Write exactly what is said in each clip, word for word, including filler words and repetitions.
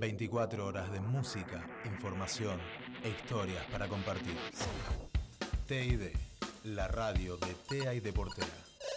veinticuatro horas de música, información e historias para compartir. T I D, la radio de T A y de Portera.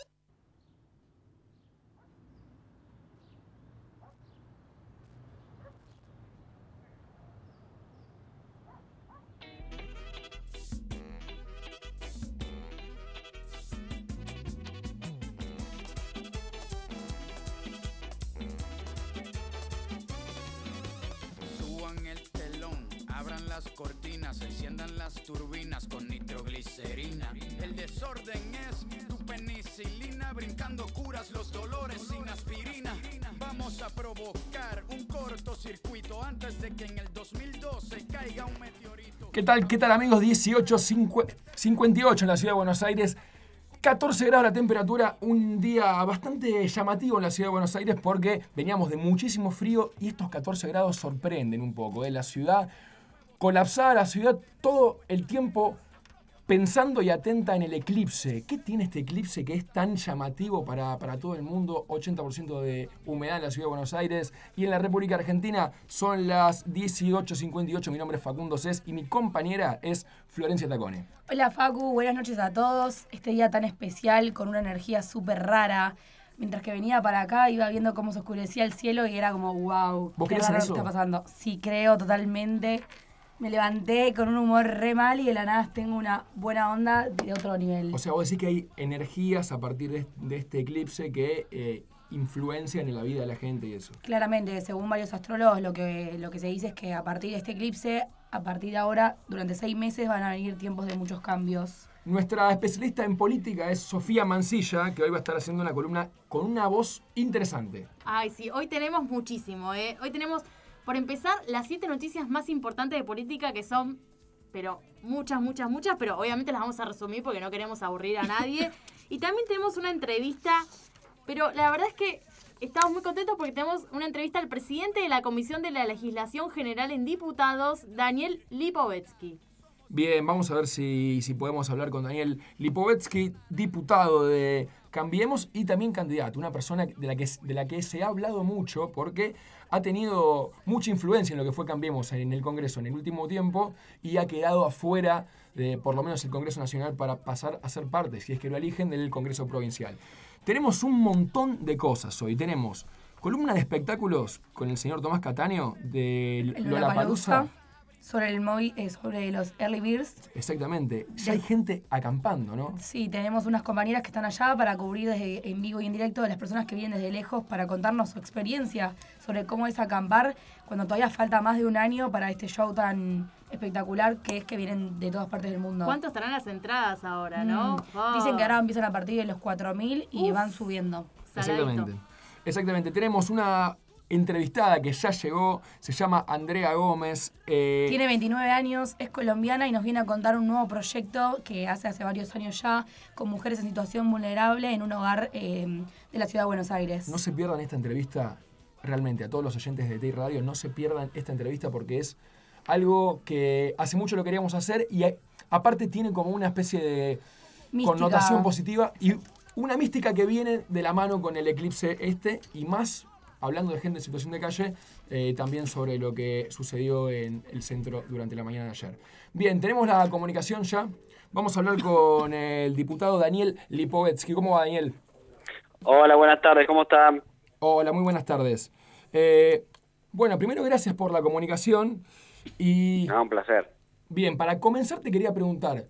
Cortinas, enciendan las turbinas con nitroglicerina. El desorden es tu penicilina, brincando curas los dolores sin aspirina. Vamos a provocar un cortocircuito antes de que en el dos mil doce caiga un meteorito. ¿Qué tal, qué tal amigos? dieciocho cincuenta y ocho en la ciudad de Buenos Aires. catorce grados la temperatura, un día bastante llamativo en la ciudad de Buenos Aires porque veníamos de muchísimo frío y estos catorce grados sorprenden un poco. ¿eh? La ciudad colapsada, la ciudad todo el tiempo pensando y atenta en el eclipse. ¿Qué tiene este eclipse que es tan llamativo para, para todo el mundo? ochenta por ciento de humedad en la ciudad de Buenos Aires y en la República Argentina. Son las dieciocho cincuenta y ocho. Mi nombre es Facundo Cés y mi compañera es Florencia Tacone. Hola Facu, buenas noches a todos. Este día tan especial con una energía súper rara. Mientras que venía para acá iba viendo cómo se oscurecía el cielo y era como wow, ¿Vos qué crees en raro eso? que está pasando. Sí, creo totalmente. Me levanté con un humor re mal y de la nada tengo una buena onda de otro nivel. O sea, vos decís que hay energías a partir de, de este eclipse que eh, influencian en la vida de la gente y eso. Claramente, según varios astrólogos, lo que, lo que se dice es que a partir de este eclipse, a partir de ahora, durante seis meses van a venir tiempos de muchos cambios. Nuestra especialista en política es Sofía Mancilla, que hoy va a estar haciendo una columna con una voz interesante. Ay, sí, hoy tenemos muchísimo, ¿eh? Hoy tenemos, por empezar, las siete noticias más importantes de política que son, pero muchas, muchas, muchas, pero obviamente las vamos a resumir porque no queremos aburrir a nadie. Y también tenemos una entrevista, pero la verdad es que estamos muy contentos porque tenemos una entrevista al presidente de la Comisión de la Legislación General en Diputados, Daniel Lipovetsky. Bien, vamos a ver si, si podemos hablar con Daniel Lipovetsky, diputado de Cambiemos y también candidato, una persona de la que, de la que se ha hablado mucho porque ha tenido mucha influencia en lo que fue Cambiemos en el Congreso en el último tiempo y ha quedado afuera de por lo menos el Congreso Nacional para pasar a ser parte, si es que lo eligen, del Congreso Provincial. Tenemos un montón de cosas hoy. Tenemos columna de espectáculos con el señor Tomás Cataño de Lollapalooza. Sobre el móvil, eh, sobre los Early Birds. Exactamente. Ya hay gente acampando, ¿no? Sí, tenemos unas compañeras que están allá para cubrir desde, en vivo y en directo de las personas que vienen desde lejos para contarnos su experiencia sobre cómo es acampar cuando todavía falta más de un año para este show tan espectacular que es que vienen de todas partes del mundo. ¿Cuánto estarán las entradas ahora, no? Mm. Oh. Dicen que ahora empiezan a partir de los cuatro mil y Uf. van subiendo. Saladito. Exactamente. Exactamente. Tenemos una entrevistada que ya llegó, se llama Andrea Gómez. Eh, Tiene veintinueve años, es colombiana y nos viene a contar un nuevo proyecto que hace hace varios años ya con mujeres en situación vulnerable en un hogar eh, de la ciudad de Buenos Aires. No se pierdan esta entrevista, realmente, a todos los oyentes de T I Radio, no se pierdan esta entrevista porque es algo que hace mucho lo queríamos hacer y a, aparte tiene como una especie de Mística. Connotación positiva y una mística que viene de la mano con el eclipse este y más. Hablando de gente en situación de calle, eh, también sobre lo que sucedió en el centro durante la mañana de ayer. Bien, tenemos la comunicación ya. Vamos a hablar con el diputado Daniel Lipovetsky. ¿Cómo va, Daniel? Hola, buenas tardes, ¿cómo están? Hola, muy buenas tardes. Eh, bueno, primero gracias por la comunicación. Y No, un placer. bien, para comenzar te quería preguntar,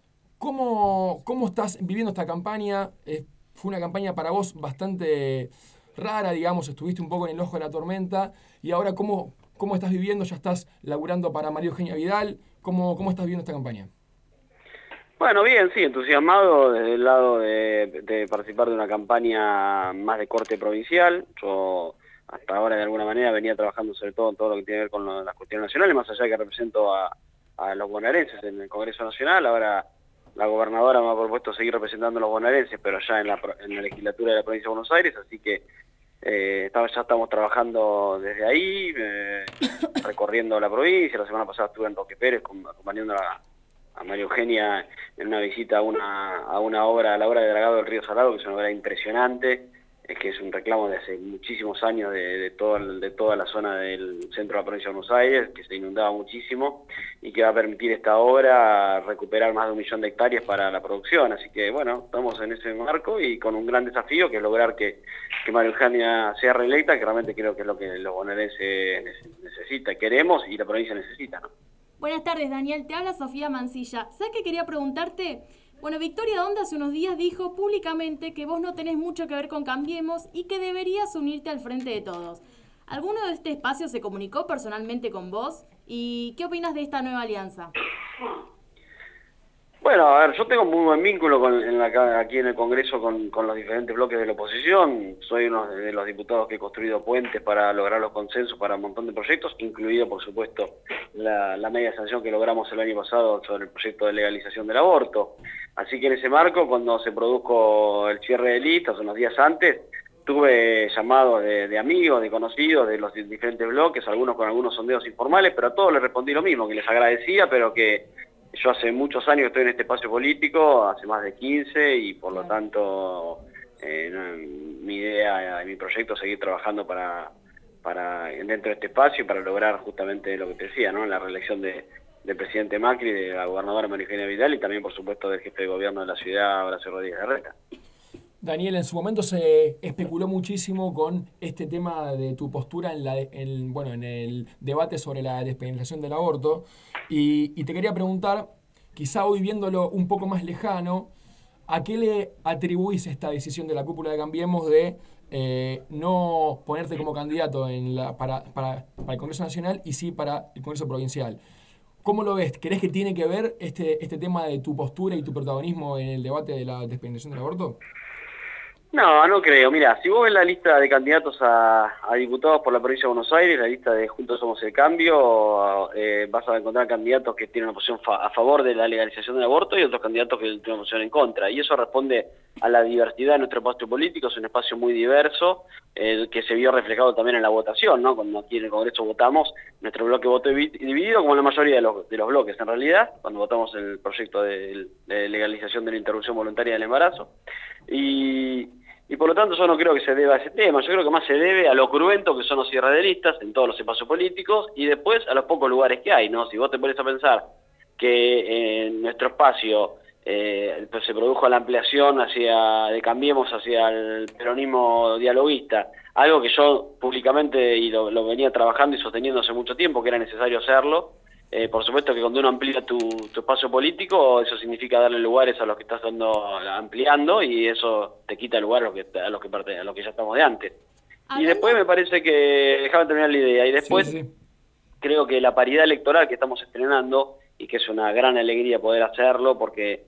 ¿cómo, cómo estás viviendo esta campaña? Eh, fue una campaña para vos bastante rara, digamos, estuviste un poco en el ojo de la tormenta y ahora ¿cómo, cómo estás viviendo? ¿Ya estás laburando para María Eugenia Vidal? ¿Cómo, cómo estás viviendo esta campaña? Bueno, bien, sí, entusiasmado desde el lado de, de participar de una campaña más de corte provincial. Yo hasta ahora de alguna manera venía trabajando sobre todo en todo lo que tiene que ver con lo, las cuestiones nacionales, más allá de que represento a, a los bonaerenses en el Congreso Nacional. Ahora la gobernadora me ha propuesto seguir representando a los bonaerenses, pero ya en la, en la legislatura de la provincia de Buenos Aires, así que eh, ya estamos trabajando desde ahí, eh, recorriendo la provincia. La semana pasada estuve en Roque Pérez acompañando a, a María Eugenia en una visita a una, a una obra, a la obra de dragado del Río Salado, que es una obra impresionante, es que es un reclamo de hace muchísimos años de, de, todo, de toda la zona del centro de la provincia de Buenos Aires, que se inundaba muchísimo y que va a permitir esta obra recuperar más de un millón de hectáreas para la producción. Así que bueno, estamos en ese marco y con un gran desafío, que es lograr que, que María Eugenia sea reelecta, que realmente creo que es lo que los bonaerenses necesitan, queremos y la provincia necesita, ¿no? Buenas tardes, Daniel. Te habla Sofía Mancilla. ¿Sabes qué quería preguntarte? Bueno, Victoria Donda hace unos días dijo públicamente que vos no tenés mucho que ver con Cambiemos y que deberías unirte al Frente de Todos. ¿Alguno de este espacio se comunicó personalmente con vos? ¿Y qué opinas de esta nueva alianza? Bueno, a ver, yo tengo muy buen vínculo con, en la, aquí en el Congreso con, con los diferentes bloques de la oposición. Soy uno de los diputados que he construido puentes para lograr los consensos para un montón de proyectos, incluido, por supuesto, la, la media sanción que logramos el año pasado sobre el proyecto de legalización del aborto. Así que en ese marco, cuando se produjo el cierre de listas, unos días antes, tuve llamados de, de amigos, de conocidos, de los diferentes bloques, algunos con algunos sondeos informales, pero a todos les respondí lo mismo, que les agradecía, pero que yo hace muchos años que estoy en este espacio político, hace más de quince, y por lo tanto eh, no, mi idea y mi proyecto es seguir trabajando para, para dentro de este espacio para lograr justamente lo que te decía, ¿no? La reelección de, del presidente Macri, de la gobernadora María Eugenia Vidal y también por supuesto del jefe de gobierno de la ciudad, Horacio Rodríguez Larreta. Daniel, en su momento se especuló muchísimo con este tema de tu postura en, la, en, bueno, en el debate sobre la despenalización del aborto y, y te quería preguntar, quizá hoy viéndolo un poco más lejano, ¿a qué le atribuís esta decisión de la cúpula de Cambiemos de eh, no ponerte como candidato en la, para, para, para el Congreso Nacional y sí para el Congreso Provincial? ¿Cómo lo ves? ¿Crees que tiene que ver este, este tema de tu postura y tu protagonismo en el debate de la despenalización del aborto? No, no creo. Mira, si vos ves la lista de candidatos a, a diputados por la provincia de Buenos Aires, la lista de Juntos Somos el Cambio, eh, vas a encontrar candidatos que tienen una posición fa a favor de la legalización del aborto y otros candidatos que tienen una posición en contra. Y eso responde a la diversidad de nuestro espacio político. Es un espacio muy diverso, eh, que se vio reflejado también en la votación, ¿no? Cuando aquí en el Congreso votamos, nuestro bloque votó dividido, como la mayoría de los, de los bloques en realidad, cuando votamos el proyecto de, de legalización de la interrupción voluntaria del embarazo. Y... Y por lo tanto yo no creo que se deba a ese tema, yo creo que más se debe a lo cruento que son los irradialistas en todos los espacios políticos y después a los pocos lugares que hay, ¿no? Si vos te pones a pensar que en nuestro espacio eh, pues se produjo la ampliación hacia de Cambiemos hacia el peronismo dialoguista, algo que yo públicamente y lo, lo venía trabajando y sosteniendo hace mucho tiempo que era necesario hacerlo. Eh, por supuesto que cuando uno amplía tu, tu espacio político, eso significa darle lugares a los que estás dando, ampliando, y eso te quita lugar a los que, a los que, parte, a los que ya estamos de antes. ¿Hablando? Y después me parece que, déjame terminar la idea, y después sí, sí. creo que la paridad electoral que estamos estrenando, y que es una gran alegría poder hacerlo, porque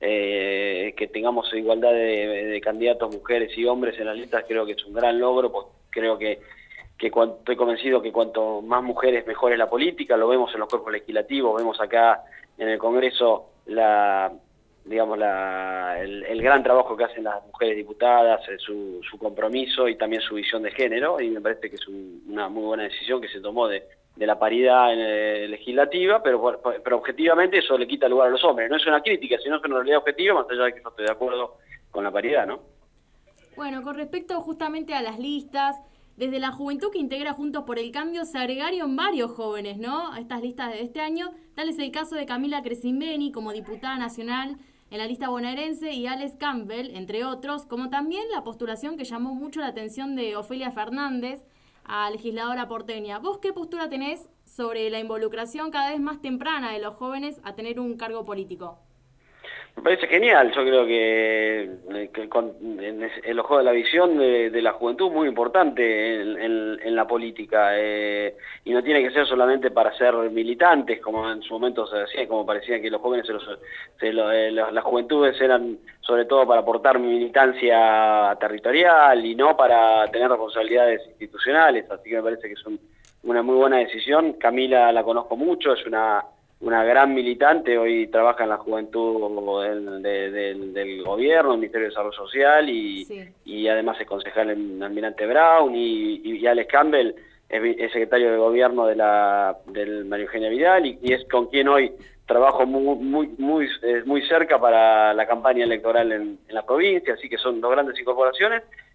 eh, que tengamos igualdad de, de candidatos, mujeres y hombres en las listas, creo que es un gran logro, porque creo que que cuando, estoy convencido que cuanto más mujeres mejor es la política, lo vemos en los cuerpos legislativos, vemos acá en el Congreso la digamos la el, el gran trabajo que hacen las mujeres diputadas, su, su compromiso y también su visión de género, y me parece que es un, una muy buena decisión que se tomó de, de la paridad en, eh, legislativa, pero, pero objetivamente eso le quita lugar a los hombres. No es una crítica, sino que es una realidad objetiva, más allá de que yo estoy de acuerdo con la paridad, ¿no? Bueno, con respecto justamente a las listas, desde la juventud que integra Juntos por el Cambio se agregaron varios jóvenes, ¿no?, a estas listas de este año. Tal es el caso de Camila Crescimbeni como diputada nacional en la lista bonaerense y Alex Campbell, entre otros, como también la postulación que llamó mucho la atención de Ofelia Fernández a legisladora porteña. ¿Vos qué postura tenés sobre la involucración cada vez más temprana de los jóvenes a tener un cargo político? Me parece genial, yo creo que, que con, en el ojo de la visión de, de la juventud muy importante en, en, en la política, eh, y no tiene que ser solamente para ser militantes, como en su momento se decía, como parecía que los jóvenes, se los, se lo, eh, las juventudes eran sobre todo para aportar militancia territorial y no para tener responsabilidades institucionales, así que me parece que es un, una muy buena decisión. Camila la conozco mucho, es una... una gran militante, hoy trabaja en la juventud del, del, del, del gobierno, el Ministerio de Desarrollo Social, y, sí. y además es concejal en Almirante Brown, y, y, y Alex Campbell es, es secretario de gobierno de la del María Eugenia Vidal, y, y es con quien hoy trabajo muy muy muy, muy cerca para la campaña electoral en, en la provincia, así que son dos grandes incorporaciones,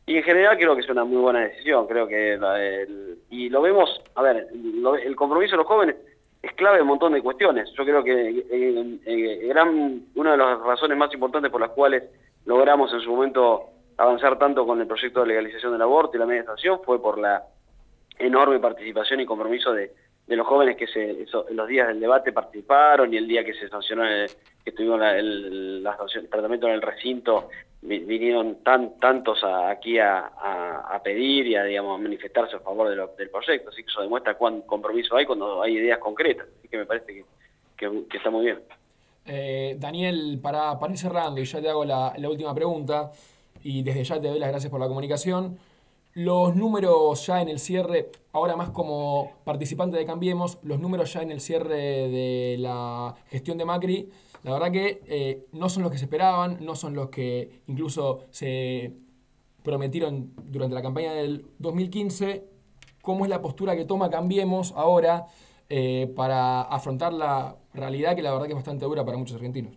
Y en general creo que es una muy buena decisión, creo que la, el, y lo vemos, a ver, lo, el compromiso de los jóvenes es clave en un montón de cuestiones. Yo creo que eh, eh, gran, una de las razones más importantes por las cuales logramos en su momento avanzar tanto con el proyecto de legalización del aborto y la media sanción fue por la enorme participación y compromiso de, de los jóvenes que se, eso, en los días del debate participaron y el día que se sancionó, el, que tuvimos la, el, la, el tratamiento en el recinto, vinieron tan, tantos a, aquí a, a, a pedir y a, digamos, a manifestarse a favor de lo, del proyecto. Así que eso demuestra cuán compromiso hay cuando hay ideas concretas. Así que me parece que, que, que está muy bien. Eh, Daniel, para, para ir cerrando, y ya te hago la, la última pregunta, y desde ya te doy las gracias por la comunicación. Los números ya en el cierre, ahora más como participante de Cambiemos, los números ya en el cierre de la gestión de Macri, la verdad que eh, no son los que se esperaban, no son los que incluso se prometieron durante la campaña del dos mil quince. ¿Cómo es la postura que toma Cambiemos ahora eh, para afrontar la realidad que la verdad que es bastante dura para muchos argentinos?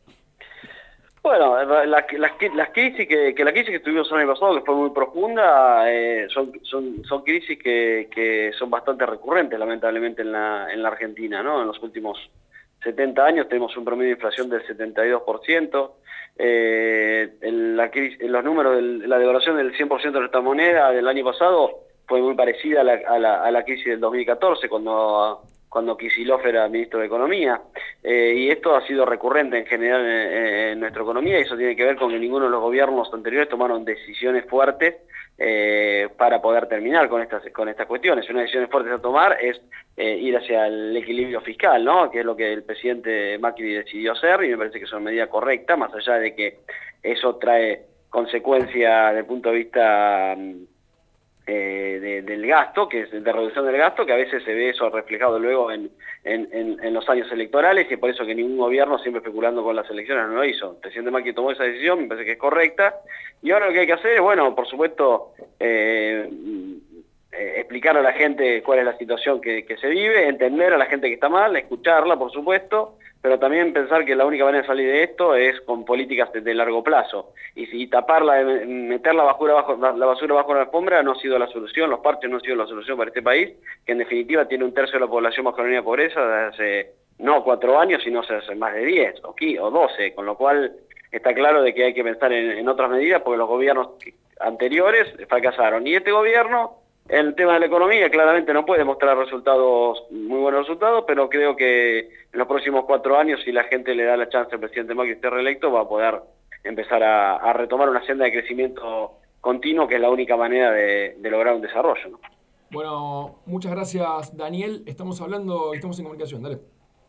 Bueno, las la, la, las crisis que, que la crisis que tuvimos el año pasado, que fue muy profunda, eh, son, son, son crisis que, que son bastante recurrentes, lamentablemente, en la, en la Argentina, ¿no? En los últimos setenta años tenemos un promedio de inflación del setenta y dos por ciento. Eh, en la crisis, en los números de la devaluación del cien por ciento de nuestra moneda del año pasado fue muy parecida a la, a la, a la crisis del dos mil catorce, cuando... cuando Kicillof era ministro de Economía, eh, y esto ha sido recurrente en general en, en nuestra economía, y eso tiene que ver con que ninguno de los gobiernos anteriores tomaron decisiones fuertes eh, para poder terminar con estas con estas cuestiones. Una decisión fuerte a tomar es eh, ir hacia el equilibrio fiscal, ¿no? Que es lo que el presidente Macri decidió hacer, y me parece que es una medida correcta, más allá de que eso trae consecuencias desde el punto de vista Eh, de, del gasto, que es de reducción del gasto, que a veces se ve eso reflejado luego en, en, en, en los años electorales, y es por eso que ningún gobierno, siempre especulando con las elecciones, no lo hizo. El presidente Macri tomó esa decisión, me parece que es correcta, y ahora lo que hay que hacer es, bueno, por supuesto, eh, eh, explicar a la gente cuál es la situación que, que se vive, entender a la gente que está mal, escucharla, por supuesto, pero también pensar que la única manera de salir de esto es con políticas de, de largo plazo. Y si taparla, meter la basura bajo la basura bajo la alfombra no ha sido la solución, los parches no han sido la solución para este país, que en definitiva tiene un tercio de la población bajo la línea de pobreza desde hace no cuatro años, sino hace más de diez o doce, con lo cual está claro de que hay que pensar en, en otras medidas, porque los gobiernos anteriores fracasaron. Y este gobierno, en el tema de la economía, claramente no puede mostrar resultados, muy buenos resultados, pero creo que en los próximos cuatro años, si la gente le da la chance al presidente Macri de estar reelecto, va a poder empezar a, a retomar una senda de crecimiento continuo, que es la única manera de, de lograr un desarrollo, ¿no? Bueno, muchas gracias, Daniel. Estamos hablando y estamos en comunicación. Dale.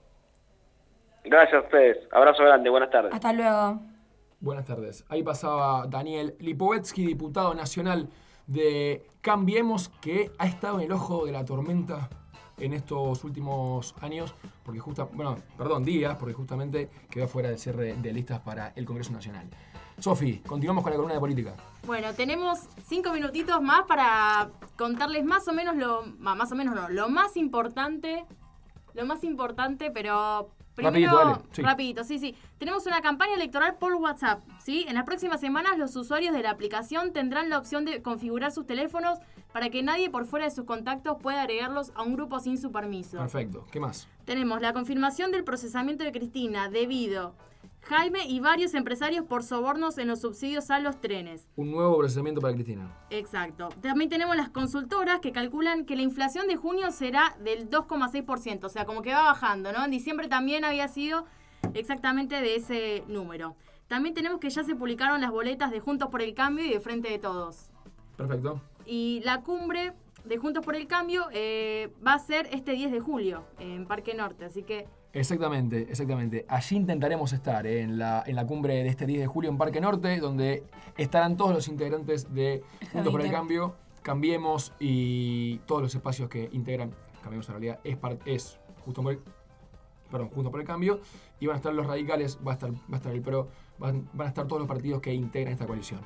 Gracias a ustedes. Abrazo grande. Buenas tardes. Hasta luego. Buenas tardes. Ahí pasaba Daniel Lipovetsky, diputado nacional de Cambiemos, que ha estado en el ojo de la tormenta en estos últimos años, porque justa, bueno, perdón, días, porque justamente quedó fuera del cierre de listas para el Congreso Nacional. Sofi, continuamos con la columna de política. Bueno, tenemos cinco minutitos más para contarles más o menos lo, más o menos no, lo más importante, lo más importante, pero primero, rapidito, dale, sí. rapidito, sí, sí. Tenemos una campaña electoral por WhatsApp, ¿sí? En las próximas semanas los usuarios de la aplicación tendrán la opción de configurar sus teléfonos para que nadie por fuera de sus contactos pueda agregarlos a un grupo sin su permiso. Perfecto. ¿Qué más? Tenemos la confirmación del procesamiento de Cristina debido Jaime y varios empresarios por sobornos en los subsidios a los trenes. Un nuevo procesamiento para Cristina. Exacto. También tenemos las consultoras que calculan que la inflación de junio será del dos coma seis por ciento, o sea, como que va bajando, ¿no? En diciembre también había sido exactamente de ese número. También tenemos que ya se publicaron las boletas de Juntos por el Cambio y de Frente de Todos. Perfecto. Y la cumbre de Juntos por el Cambio eh, va a ser este diez de julio en Parque Norte, así que... Exactamente, exactamente. Allí intentaremos estar, ¿eh? en, la, en la cumbre de este diez de julio en Parque Norte, donde estarán todos los integrantes de Juntos por el Cambio, Cambiemos y todos los espacios que integran Cambiemos en realidad es, es justo por el, perdón, Juntos por el Cambio, y van a estar los radicales, va a estar, va a estar el PRO, van, van a estar todos los partidos que integran esta coalición.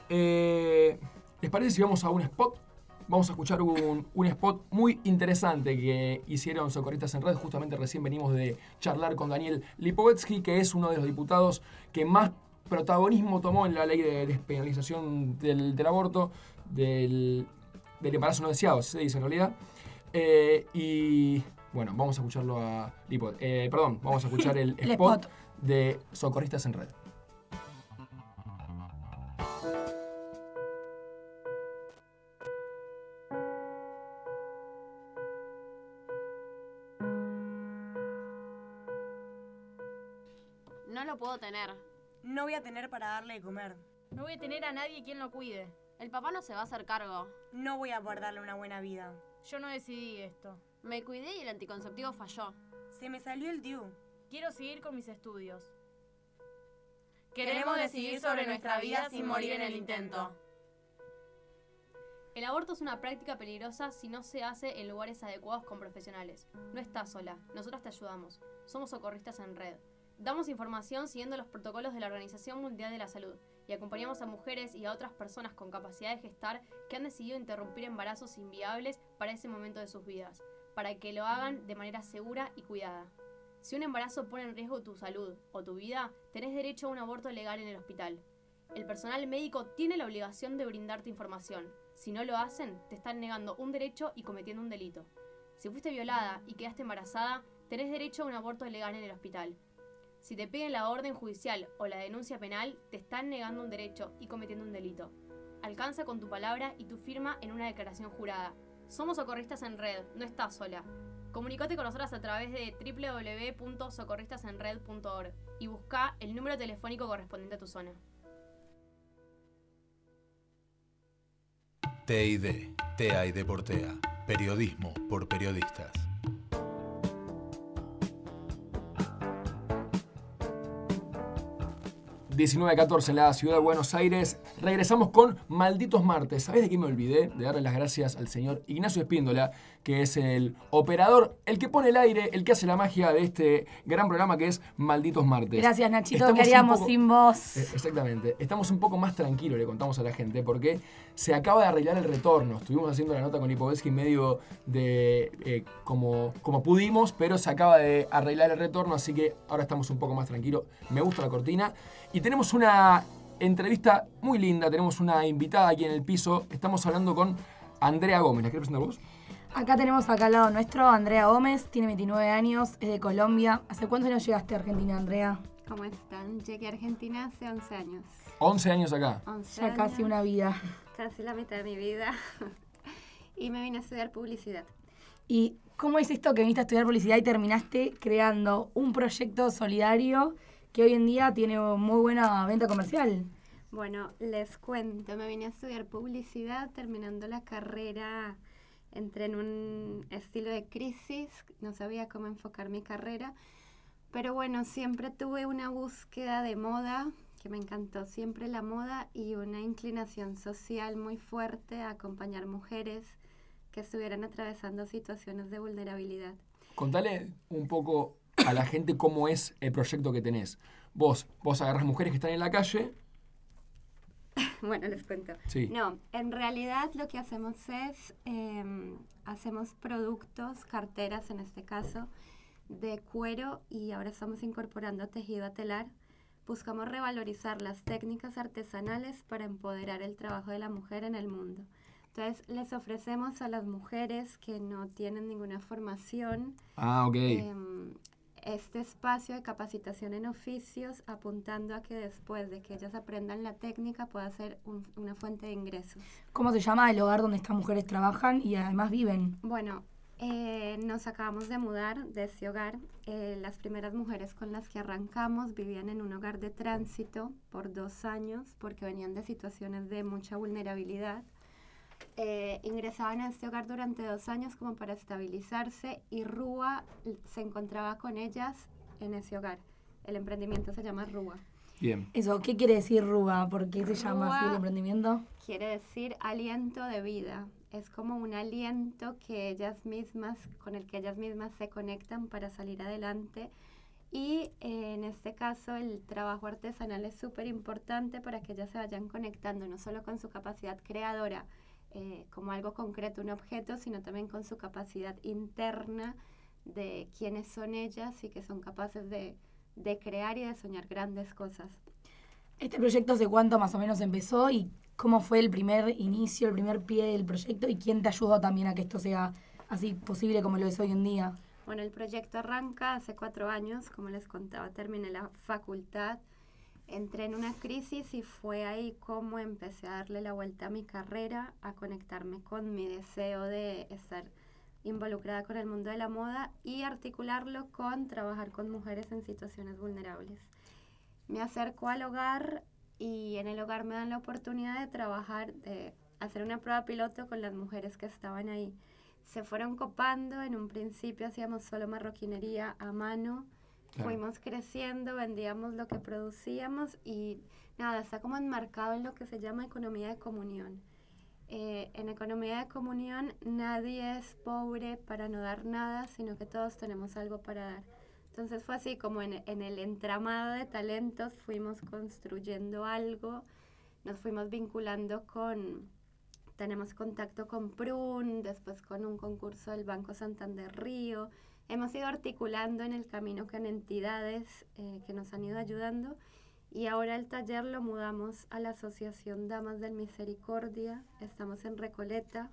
Eh, ¿Les parece si vamos a un spot? Vamos a escuchar un, un spot muy interesante que hicieron Socorristas en Red. Justamente recién venimos de charlar con Daniel Lipovetsky, que es uno de los diputados que más protagonismo tomó en la ley de despenalización del, del aborto, del, del embarazo no deseado, se dice en realidad. Eh, y bueno, vamos a escucharlo a Lipo. Eh, perdón, vamos a escuchar el, El spot, spot. de Socorristas en Red. No lo puedo tener. No voy a tener para darle de comer. No voy a tener a nadie quien lo cuide. El papá no se va a hacer cargo. No voy a poder darle una buena vida. Yo no decidí esto. Me cuidé y el anticonceptivo falló. Se me salió el D U. Quiero seguir con mis estudios. Queremos decidir sobre nuestra vida sin morir en el intento. El aborto es una práctica peligrosa si no se hace en lugares adecuados con profesionales. No estás sola, nosotros te ayudamos. Somos Socorristas en Red. Damos información siguiendo los protocolos de la Organización Mundial de la Salud y acompañamos a mujeres y a otras personas con capacidad de gestar que han decidido interrumpir embarazos inviables para ese momento de sus vidas, para que lo hagan de manera segura y cuidada. Si un embarazo pone en riesgo tu salud o tu vida, tenés derecho a un aborto legal en el hospital. El personal médico tiene la obligación de brindarte información. Si no lo hacen, te están negando un derecho y cometiendo un delito. Si fuiste violada y quedaste embarazada, tenés derecho a un aborto legal en el hospital. Si te piden la orden judicial o la denuncia penal, te están negando un derecho y cometiendo un delito. Alcanza con tu palabra y tu firma en una declaración jurada. Somos Socorristas en Red, no estás sola. Comunicate con nosotras a través de doble u doble u doble u punto socorristas en red punto org y busca el número telefónico correspondiente a tu zona. T I D, T A I D por T A, periodismo por periodistas. diecinueve catorce en la ciudad de Buenos Aires. Regresamos con Malditos Martes. ¿Sabés de qué me olvidé? De darle las gracias al señor Ignacio Espíndola, que es el operador, el que pone el aire, el que hace la magia de este gran programa que es Malditos Martes. Gracias, Nachito, Estamos que haríamos un poco- sin vos. Eh, Exactamente. Estamos un poco más tranquilos, le contamos a la gente, porque se acaba de arreglar el retorno. Estuvimos haciendo la nota con Lipovetsky medio de eh, como, como pudimos, pero se acaba de arreglar el retorno, así que ahora estamos un poco más tranquilos. Me gusta la cortina. Y tenemos una entrevista muy linda, tenemos una invitada aquí en el piso. Estamos hablando con Andrea Gómez. ¿La querés presentar vos? Acá tenemos acá al lado nuestro Andrea Gómez, tiene veintinueve años, es de Colombia. ¿Hace cuántos años llegaste a Argentina, Andrea? ¿Cómo están? Llegué a Argentina hace once años. once años acá. once Ya casi años, una vida. Casi la mitad de mi vida. Y me vine a estudiar publicidad. ¿Y cómo es esto que viniste a estudiar publicidad y terminaste creando un proyecto solidario que hoy en día tiene muy buena venta comercial? Bueno, les cuento, me vine a estudiar publicidad, terminando la carrera, entré en un estilo de crisis, no sabía cómo enfocar mi carrera, pero bueno, siempre tuve una búsqueda de moda, que me encantó siempre la moda, y una inclinación social muy fuerte a acompañar mujeres que estuvieran atravesando situaciones de vulnerabilidad. Contale un poco a la gente cómo es el proyecto que tenés. Vos, vos agarrás mujeres que están en la calle. Bueno, les cuento. Sí. No, en realidad lo que hacemos es, eh, hacemos productos, carteras en este caso, de cuero, y ahora estamos incorporando tejido a telar. Buscamos revalorizar las técnicas artesanales para empoderar el trabajo de la mujer en el mundo. Entonces, les ofrecemos a las mujeres que no tienen ninguna formación Ah, ok. eh, este espacio de capacitación en oficios, apuntando a que después de que ellas aprendan la técnica pueda ser un- una fuente de ingresos. ¿Cómo se llama el hogar donde estas mujeres trabajan y además viven? Bueno, eh, nos acabamos de mudar de ese hogar. Eh, las primeras mujeres con las que arrancamos vivían en un hogar de tránsito por dos años porque venían de situaciones de mucha vulnerabilidad. Eh, ingresaban a este hogar durante dos años como para estabilizarse, y Rúa se encontraba con ellas en ese hogar. El emprendimiento se llama Rúa. Bien. Eso, ¿qué quiere decir Rúa? ¿Por qué se llama así el Rúa emprendimiento? Quiere decir aliento de vida. Es como un aliento que ellas mismas, con el que ellas mismas se conectan para salir adelante. Y eh, en este caso el trabajo artesanal es súper importante para que ellas se vayan conectando no solo con su capacidad creadora, eh, como algo concreto, un objeto, sino también con su capacidad interna de quiénes son ellas y que son capaces de, de crear y de soñar grandes cosas. ¿Este proyecto hace cuánto más o menos empezó y cómo fue el primer inicio, el primer pie del proyecto y quién te ayudó también a que esto sea así posible como lo es hoy en día? Bueno, el proyecto arranca hace cuatro años, como les contaba, terminé la facultad, entré en una crisis y fue ahí como empecé a darle la vuelta a mi carrera, a conectarme con mi deseo de estar involucrada con el mundo de la moda y articularlo con trabajar con mujeres en situaciones vulnerables. Me acerco al hogar y en el hogar me dan la oportunidad de trabajar, de hacer una prueba piloto con las mujeres que estaban ahí. Se fueron copando, en un principio hacíamos solo marroquinería a mano, claro. Fuimos creciendo, vendíamos lo que producíamos y nada, está como enmarcado en lo que se llama economía de comunión. Eh, en economía de comunión nadie es pobre para no dar nada, sino que todos tenemos algo para dar. Entonces fue así como en, en el entramado de talentos fuimos construyendo algo, nos fuimos vinculando con, tenemos contacto con Prun, después con un concurso del Banco Santander Río, hemos ido articulando en el camino con entidades eh, que nos han ido ayudando. Y ahora el taller lo mudamos a la Asociación Damas del Misericordia, estamos en Recoleta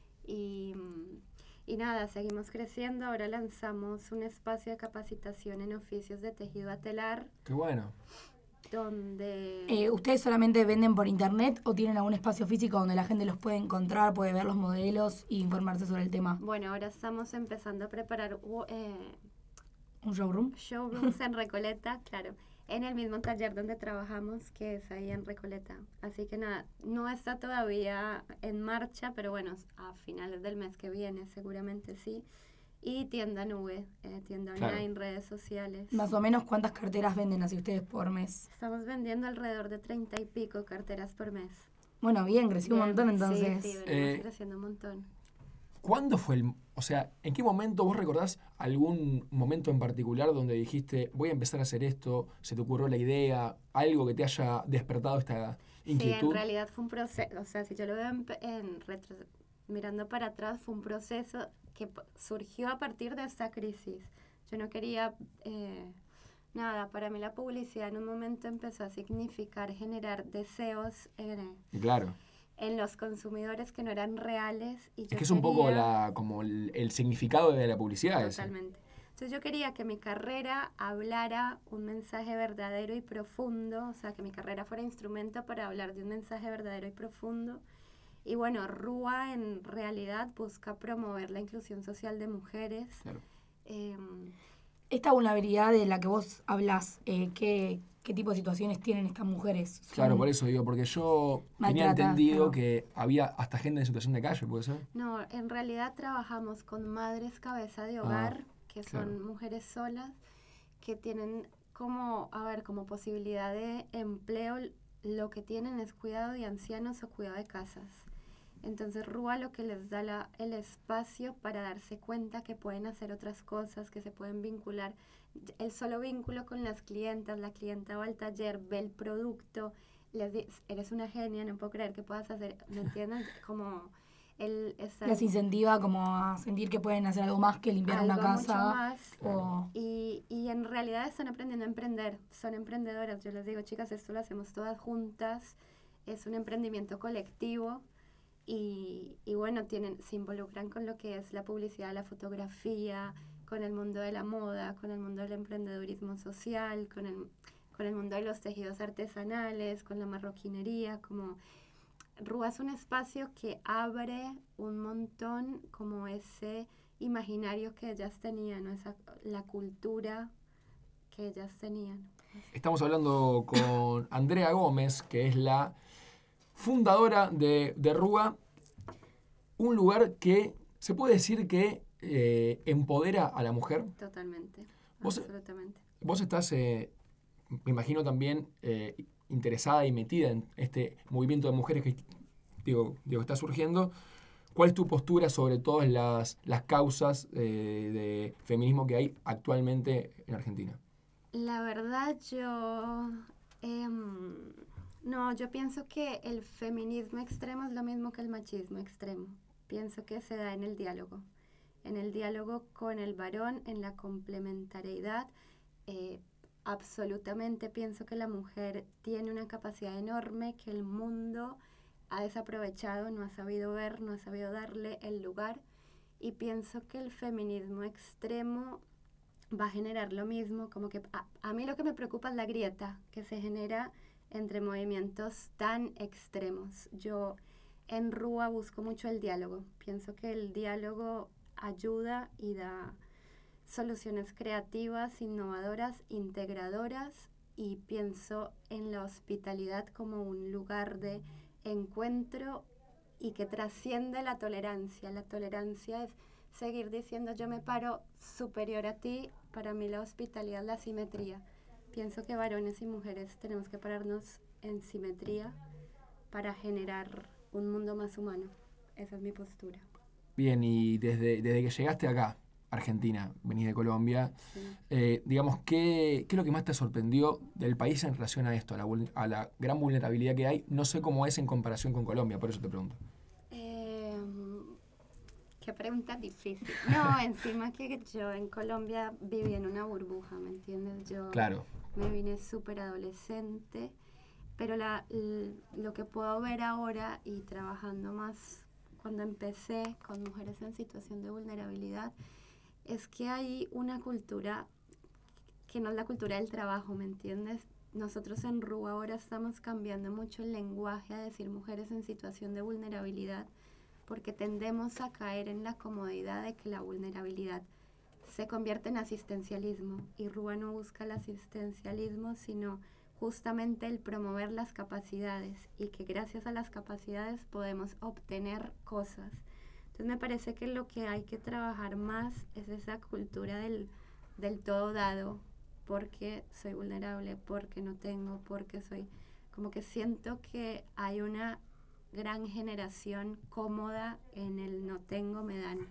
y, y nada, seguimos creciendo, ahora lanzamos un espacio de capacitación en oficios de tejido a telar. ¡Qué bueno! Donde... Eh, ¿Ustedes solamente venden por internet o tienen algún espacio físico donde la gente los puede encontrar, puede ver los modelos e informarse sobre el tema? Bueno, ahora estamos empezando a preparar eh, ¿un showroom? Showrooms en Recoleta, claro. En el mismo taller donde trabajamos, que es ahí en Recoleta. Así que nada, no está todavía en marcha, pero bueno, a finales del mes que viene seguramente sí. Y tienda nube, eh, tienda claro. online, redes sociales. Más o menos, ¿cuántas carteras venden así ustedes por mes? Estamos vendiendo alrededor de treinta y pico carteras por mes. Bueno, bien, creció bien, un montón entonces. Sí, sí, venimos eh, creciendo un montón. ¿Cuándo fue el, o sea, en qué momento vos recordás algún momento en particular donde dijiste, voy a empezar a hacer esto, se te ocurrió la idea, algo que te haya despertado esta inquietud? Sí, en realidad fue un proceso, o sea, si yo lo veo en, en retro, mirando para atrás, fue un proceso que surgió a partir de esta crisis. Yo no quería, eh, nada, para mí la publicidad en un momento empezó a significar generar deseos. Eh, claro. En los consumidores que no eran reales. Y yo es que es quería, un poco la, como el, el significado de la publicidad. Totalmente. Ese. Entonces yo quería que mi carrera hablara un mensaje verdadero y profundo, o sea, que mi carrera fuera instrumento para hablar de un mensaje verdadero y profundo. Y bueno, Rúa en realidad busca promover la inclusión social de mujeres. Claro. Eh, Esta vulnerabilidad de la que vos hablas, eh, ¿qué, ¿qué tipo de situaciones tienen estas mujeres? ¿Son claro, por eso digo, porque yo tenía entendido no. que había hasta gente en situación de calle, ¿puede ser? No, en realidad trabajamos con madres cabeza de hogar, ah, que son claro. mujeres solas, que tienen como, a ver, como posibilidad de empleo, lo que tienen es cuidado de ancianos o cuidado de casas. Entonces Rúa lo que les da la, el espacio para darse cuenta que pueden hacer otras cosas, que se pueden vincular. El solo vínculo con las clientas, la clienta va al taller, ve el producto, les dice, eres una genia, no puedo creer que puedas hacer, ¿me entienden? Como el estar, les incentiva como a sentir que pueden hacer algo más que limpiar algo una casa. Mucho más. O... Y, y en realidad están aprendiendo a emprender, son emprendedoras. Yo les digo, chicas, esto lo hacemos todas juntas, es un emprendimiento colectivo. Y, y bueno, tienen, se involucran con lo que es la publicidad, la fotografía, con el mundo de la moda, con el mundo del emprendedurismo social, con el, con el mundo de los tejidos artesanales, con la marroquinería. Como Rúa es un espacio que abre un montón como ese imaginario que ellas tenían, ¿no? Esa, la cultura que ellas tenían. Estamos hablando con Andrea Gómez, que es la fundadora de, de Rúa, un lugar que se puede decir que eh, empodera a la mujer. Totalmente, vos, absolutamente. Vos estás, eh, me imagino también, eh, interesada y metida en este movimiento de mujeres que digo, digo, está surgiendo. ¿Cuál es tu postura sobre todas las, las causas eh, de feminismo que hay actualmente en Argentina? La verdad, yo... Eh, No, yo pienso que el feminismo extremo es lo mismo que el machismo extremo. Pienso que se da en el diálogo, en el diálogo con el varón, en la complementariedad. Eh, absolutamente pienso que la mujer tiene una capacidad enorme que el mundo ha desaprovechado, no ha sabido ver, no ha sabido darle el lugar, y pienso que el feminismo extremo va a generar lo mismo, como que a, a mí lo que me preocupa es la grieta que se genera entre movimientos tan extremos. Yo en Rúa busco mucho el diálogo, pienso que el diálogo ayuda y da soluciones creativas, innovadoras, integradoras, y pienso en la hospitalidad como un lugar de encuentro y que trasciende la tolerancia. La tolerancia es seguir diciendo yo me paro superior a ti. Para mí la hospitalidad es la simetría. Pienso que varones y mujeres tenemos que pararnos en simetría para generar un mundo más humano. Esa es mi postura. Bien, y desde, desde que llegaste acá, Argentina, venís de Colombia, sí. eh, digamos, ¿qué, ¿qué es lo que más te sorprendió del país en relación a esto, a la, a la gran vulnerabilidad que hay? No sé cómo es en comparación con Colombia, por eso te pregunto. Eh, qué pregunta difícil. No, encima que yo en Colombia viví en una burbuja, ¿me entiendes? Yo claro. me vine súper adolescente, pero la, l, lo que puedo ver ahora y trabajando más cuando empecé con mujeres en situación de vulnerabilidad, es que hay una cultura que no es la cultura del trabajo, ¿me entiendes? Nosotros en Rúa ahora estamos cambiando mucho el lenguaje a decir mujeres en situación de vulnerabilidad, porque tendemos a caer en la comodidad de que la vulnerabilidad se convierte en asistencialismo, y Rúa no busca el asistencialismo, sino justamente el promover las capacidades, y que gracias a las capacidades podemos obtener cosas. Entonces me parece que lo que hay que trabajar más es esa cultura del, del todo dado, porque soy vulnerable, porque no tengo, porque soy... Como que siento que hay una gran generación cómoda en el no tengo, me dan.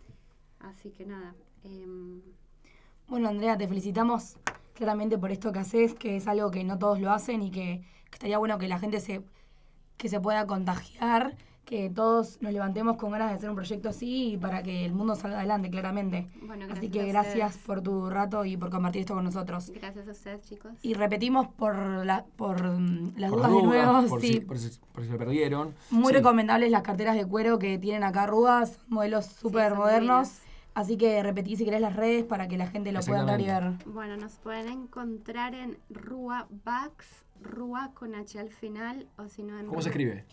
Así que nada. Eh, bueno, Andrea, te felicitamos claramente por esto que haces, que es algo que no todos lo hacen y que, que estaría bueno que la gente se, que se pueda contagiar, que todos nos levantemos con ganas de hacer un proyecto así y para que el mundo salga adelante, claramente. Bueno, así que gracias por tu rato y por compartir esto con nosotros. Gracias a ustedes, chicos. Y repetimos por, la, por um, las por dudas duda, de nuevo. Por, sí. si, por, si, por si lo perdieron. Muy sí. recomendables las carteras de cuero que tienen acá Rúas, modelos súper sí, modernos. Así que repetí si querés las redes para que la gente lo pueda ver y ver. Bueno, nos pueden encontrar en Rúa Bags, Rúa con H al final, o si no en... ¿Cómo se escribe?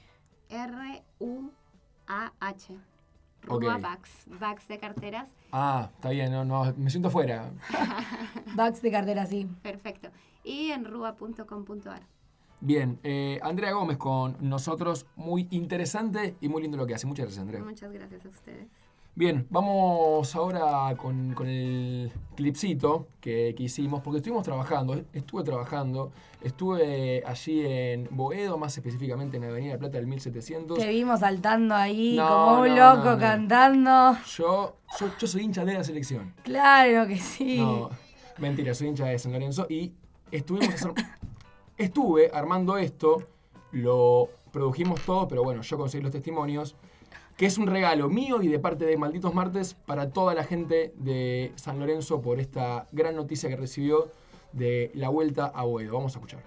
R U A H. Rúa okay. Bags, bags de carteras. Ah, está bien, no, no, me siento fuera. Bags de carteras, sí. Perfecto. Y en rúa punto com punto a r. Bien, eh, Andrea Gómez con nosotros, muy interesante y muy lindo lo que hace. Muchas gracias, Andrea. Muchas gracias a ustedes. Bien, vamos ahora con, con el clipcito que, que hicimos, porque estuvimos trabajando, estuve trabajando, estuve allí en Boedo, más específicamente en Avenida Plata del mil setecientos. Te vimos saltando ahí no, como un no, loco, no, no. cantando. Yo, yo, yo soy hincha de la selección. Claro que sí. No, mentira, soy hincha de San Lorenzo y estuvimos hacer, estuve armando esto, lo produjimos todo, pero bueno, yo conseguí los testimonios, que es un regalo mío y de parte de Malditos Martes para toda la gente de San Lorenzo por esta gran noticia que recibió de la vuelta a Boedo. Vamos a escuchar.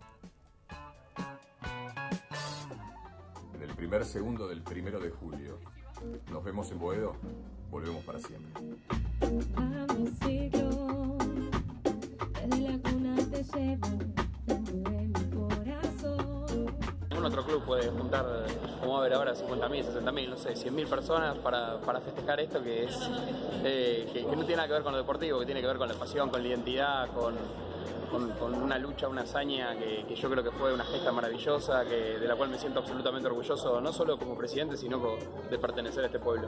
En el primer segundo del primero de julio, nos vemos en Boedo, volvemos para siempre. Vamos, siglo, desde la cuna te llevo dentro de mi corazón. Ningún otro club puede juntar, como va a haber ahora, cincuenta mil, sesenta mil, no sé, cien mil personas para, para festejar esto que es eh, que, que no tiene nada que ver con lo deportivo, que tiene que ver con la pasión, con la identidad, con, con, con una lucha, una hazaña que, que yo creo que fue una gesta maravillosa, que, de la cual me siento absolutamente orgulloso, no solo como presidente, sino de pertenecer a este pueblo.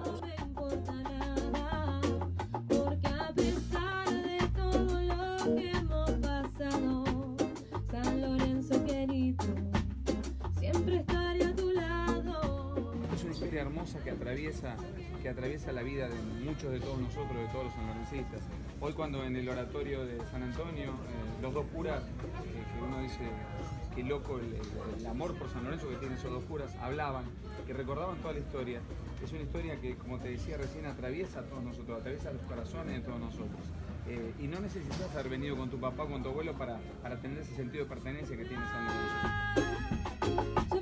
Hermosa que atraviesa, que atraviesa la vida de muchos de todos nosotros, de todos los sanlorencistas. Hoy cuando en el oratorio de San Antonio, eh, los dos curas, eh, que uno dice qué loco el, el, el amor por San Lorenzo que tienen esos dos curas, hablaban, que recordaban toda la historia. Es una historia que, como te decía recién, atraviesa a todos nosotros, atraviesa los corazones de todos nosotros. Eh, y no necesitas haber venido con tu papá o con tu abuelo para, para tener ese sentido de pertenencia que tienes San Lorenzo.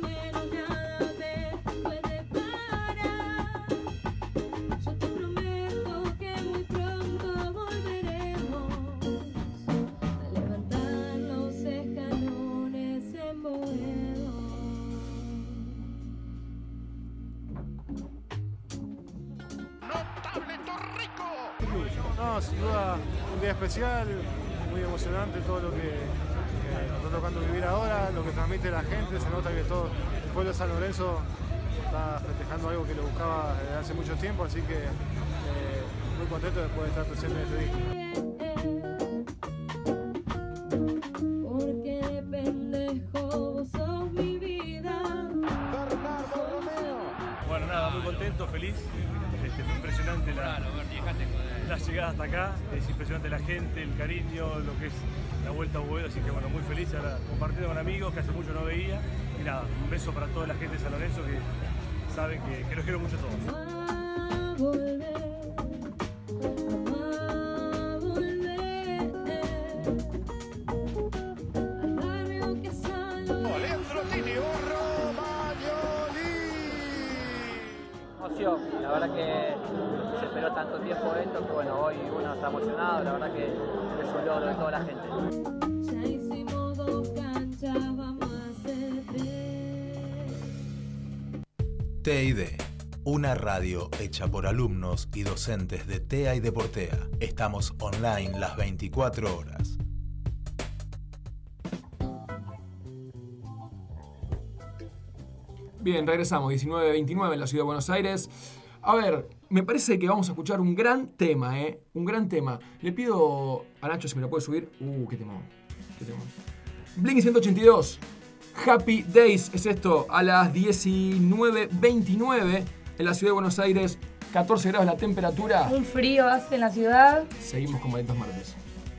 Yo te prometo que muy pronto volveremos a levantar los escalones en Boedo. ¡Notable Torrico! No, sin duda un día especial, muy emocionante todo lo que eh, nos está tocando vivir ahora, lo que transmite la gente, se nota que todo el pueblo de San Lorenzo está festejando algo que lo buscaba desde hace mucho tiempo, así que eh, muy contento después de estar presente en este disco. Porque de pendejo vos sos mi vida. Bueno, nada, muy contento, feliz. Este, fue impresionante la, la llegada hasta acá, es impresionante la gente, el cariño, lo que es la vuelta a Boedo, así que bueno, muy feliz ahora compartiendo con amigos que hace mucho no veía. Y nada, un beso para toda la gente de San Lorenzo que saben que, que los quiero mucho a todos. A volver, a volver al barrio que San Lorenzo. Emoción, la verdad que se esperó tanto tiempo esto que bueno, hoy uno está emocionado, la verdad que es un logro de toda la gente. Ya hicimos dos canchas, vamos a hacer tres. T I D, una radio hecha por alumnos y docentes de T E A y Deportea. Estamos online las veinticuatro horas. Bien, regresamos, diecinueve veintinueve en la ciudad de Buenos Aires. A ver, me parece que vamos a escuchar un gran tema, ¿eh? Un gran tema. Le pido a Nacho si me lo puede subir. Uh, qué temón. Qué temón. Blink ciento ochenta y dos. Happy Days es esto a las diecinueve veintinueve en la ciudad de Buenos Aires. catorce grados la temperatura. Un frío hace en la ciudad. Seguimos con Malditos Martes.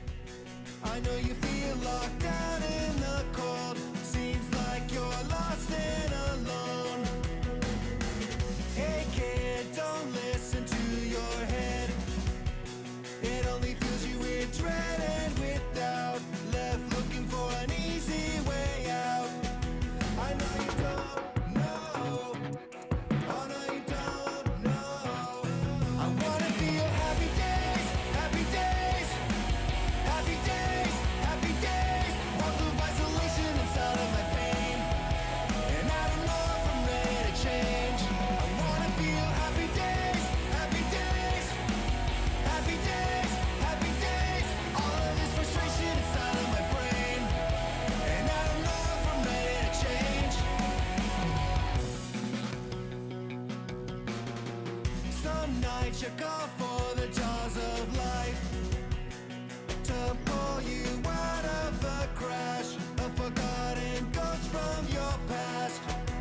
You call for the jaws of life to pull you out of the crash of forgotten ghosts from your past.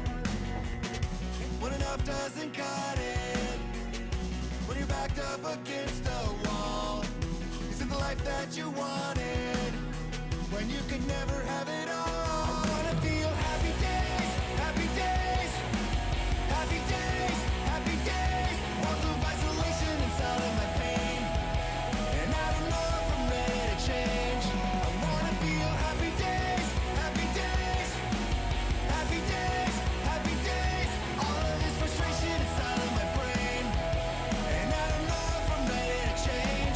When enough doesn't cut it, when you're backed up against a wall, is it the life that you wanted when you could never have it all? I wanna feel happy days, happy days, happy days, happy days. Walls of isolation inside of my pain, and I don't know if I'm ready to change. I wanna feel happy days, happy days, happy days, happy days. All of this frustration inside of my brain, and I don't know if I'm ready to change.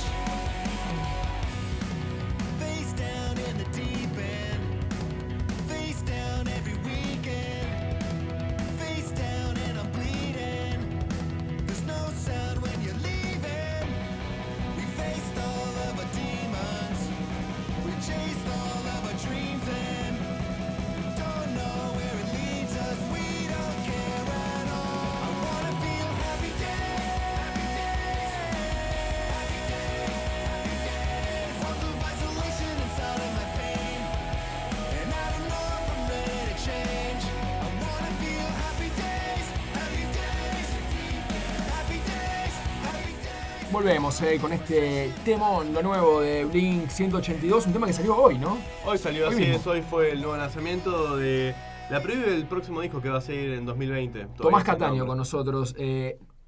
Face down in the deep end, face down every weekend, face down and I'm bleeding. There's no sound when you're leaving. We faced all of our demons, we chased all of our dreams and don't know where it leads us. We don't care at all. I wanna feel happy days, happy days, happy days, happy days. Walls of isolation inside of my pain, and I don't know if I'm ready to change. I wanna feel happy days, happy days, happy days, happy days. Volvemos eh, con este temón, lo nuevo de Blink ciento ochenta y dos, un tema que salió hoy, ¿no? Hoy salió, Hoy así mismo. es, hoy fue el nuevo lanzamiento de la preview del próximo disco que va a salir en dos mil veinte. Todavía Tomás sin Cataño nombre. con nosotros. Eh,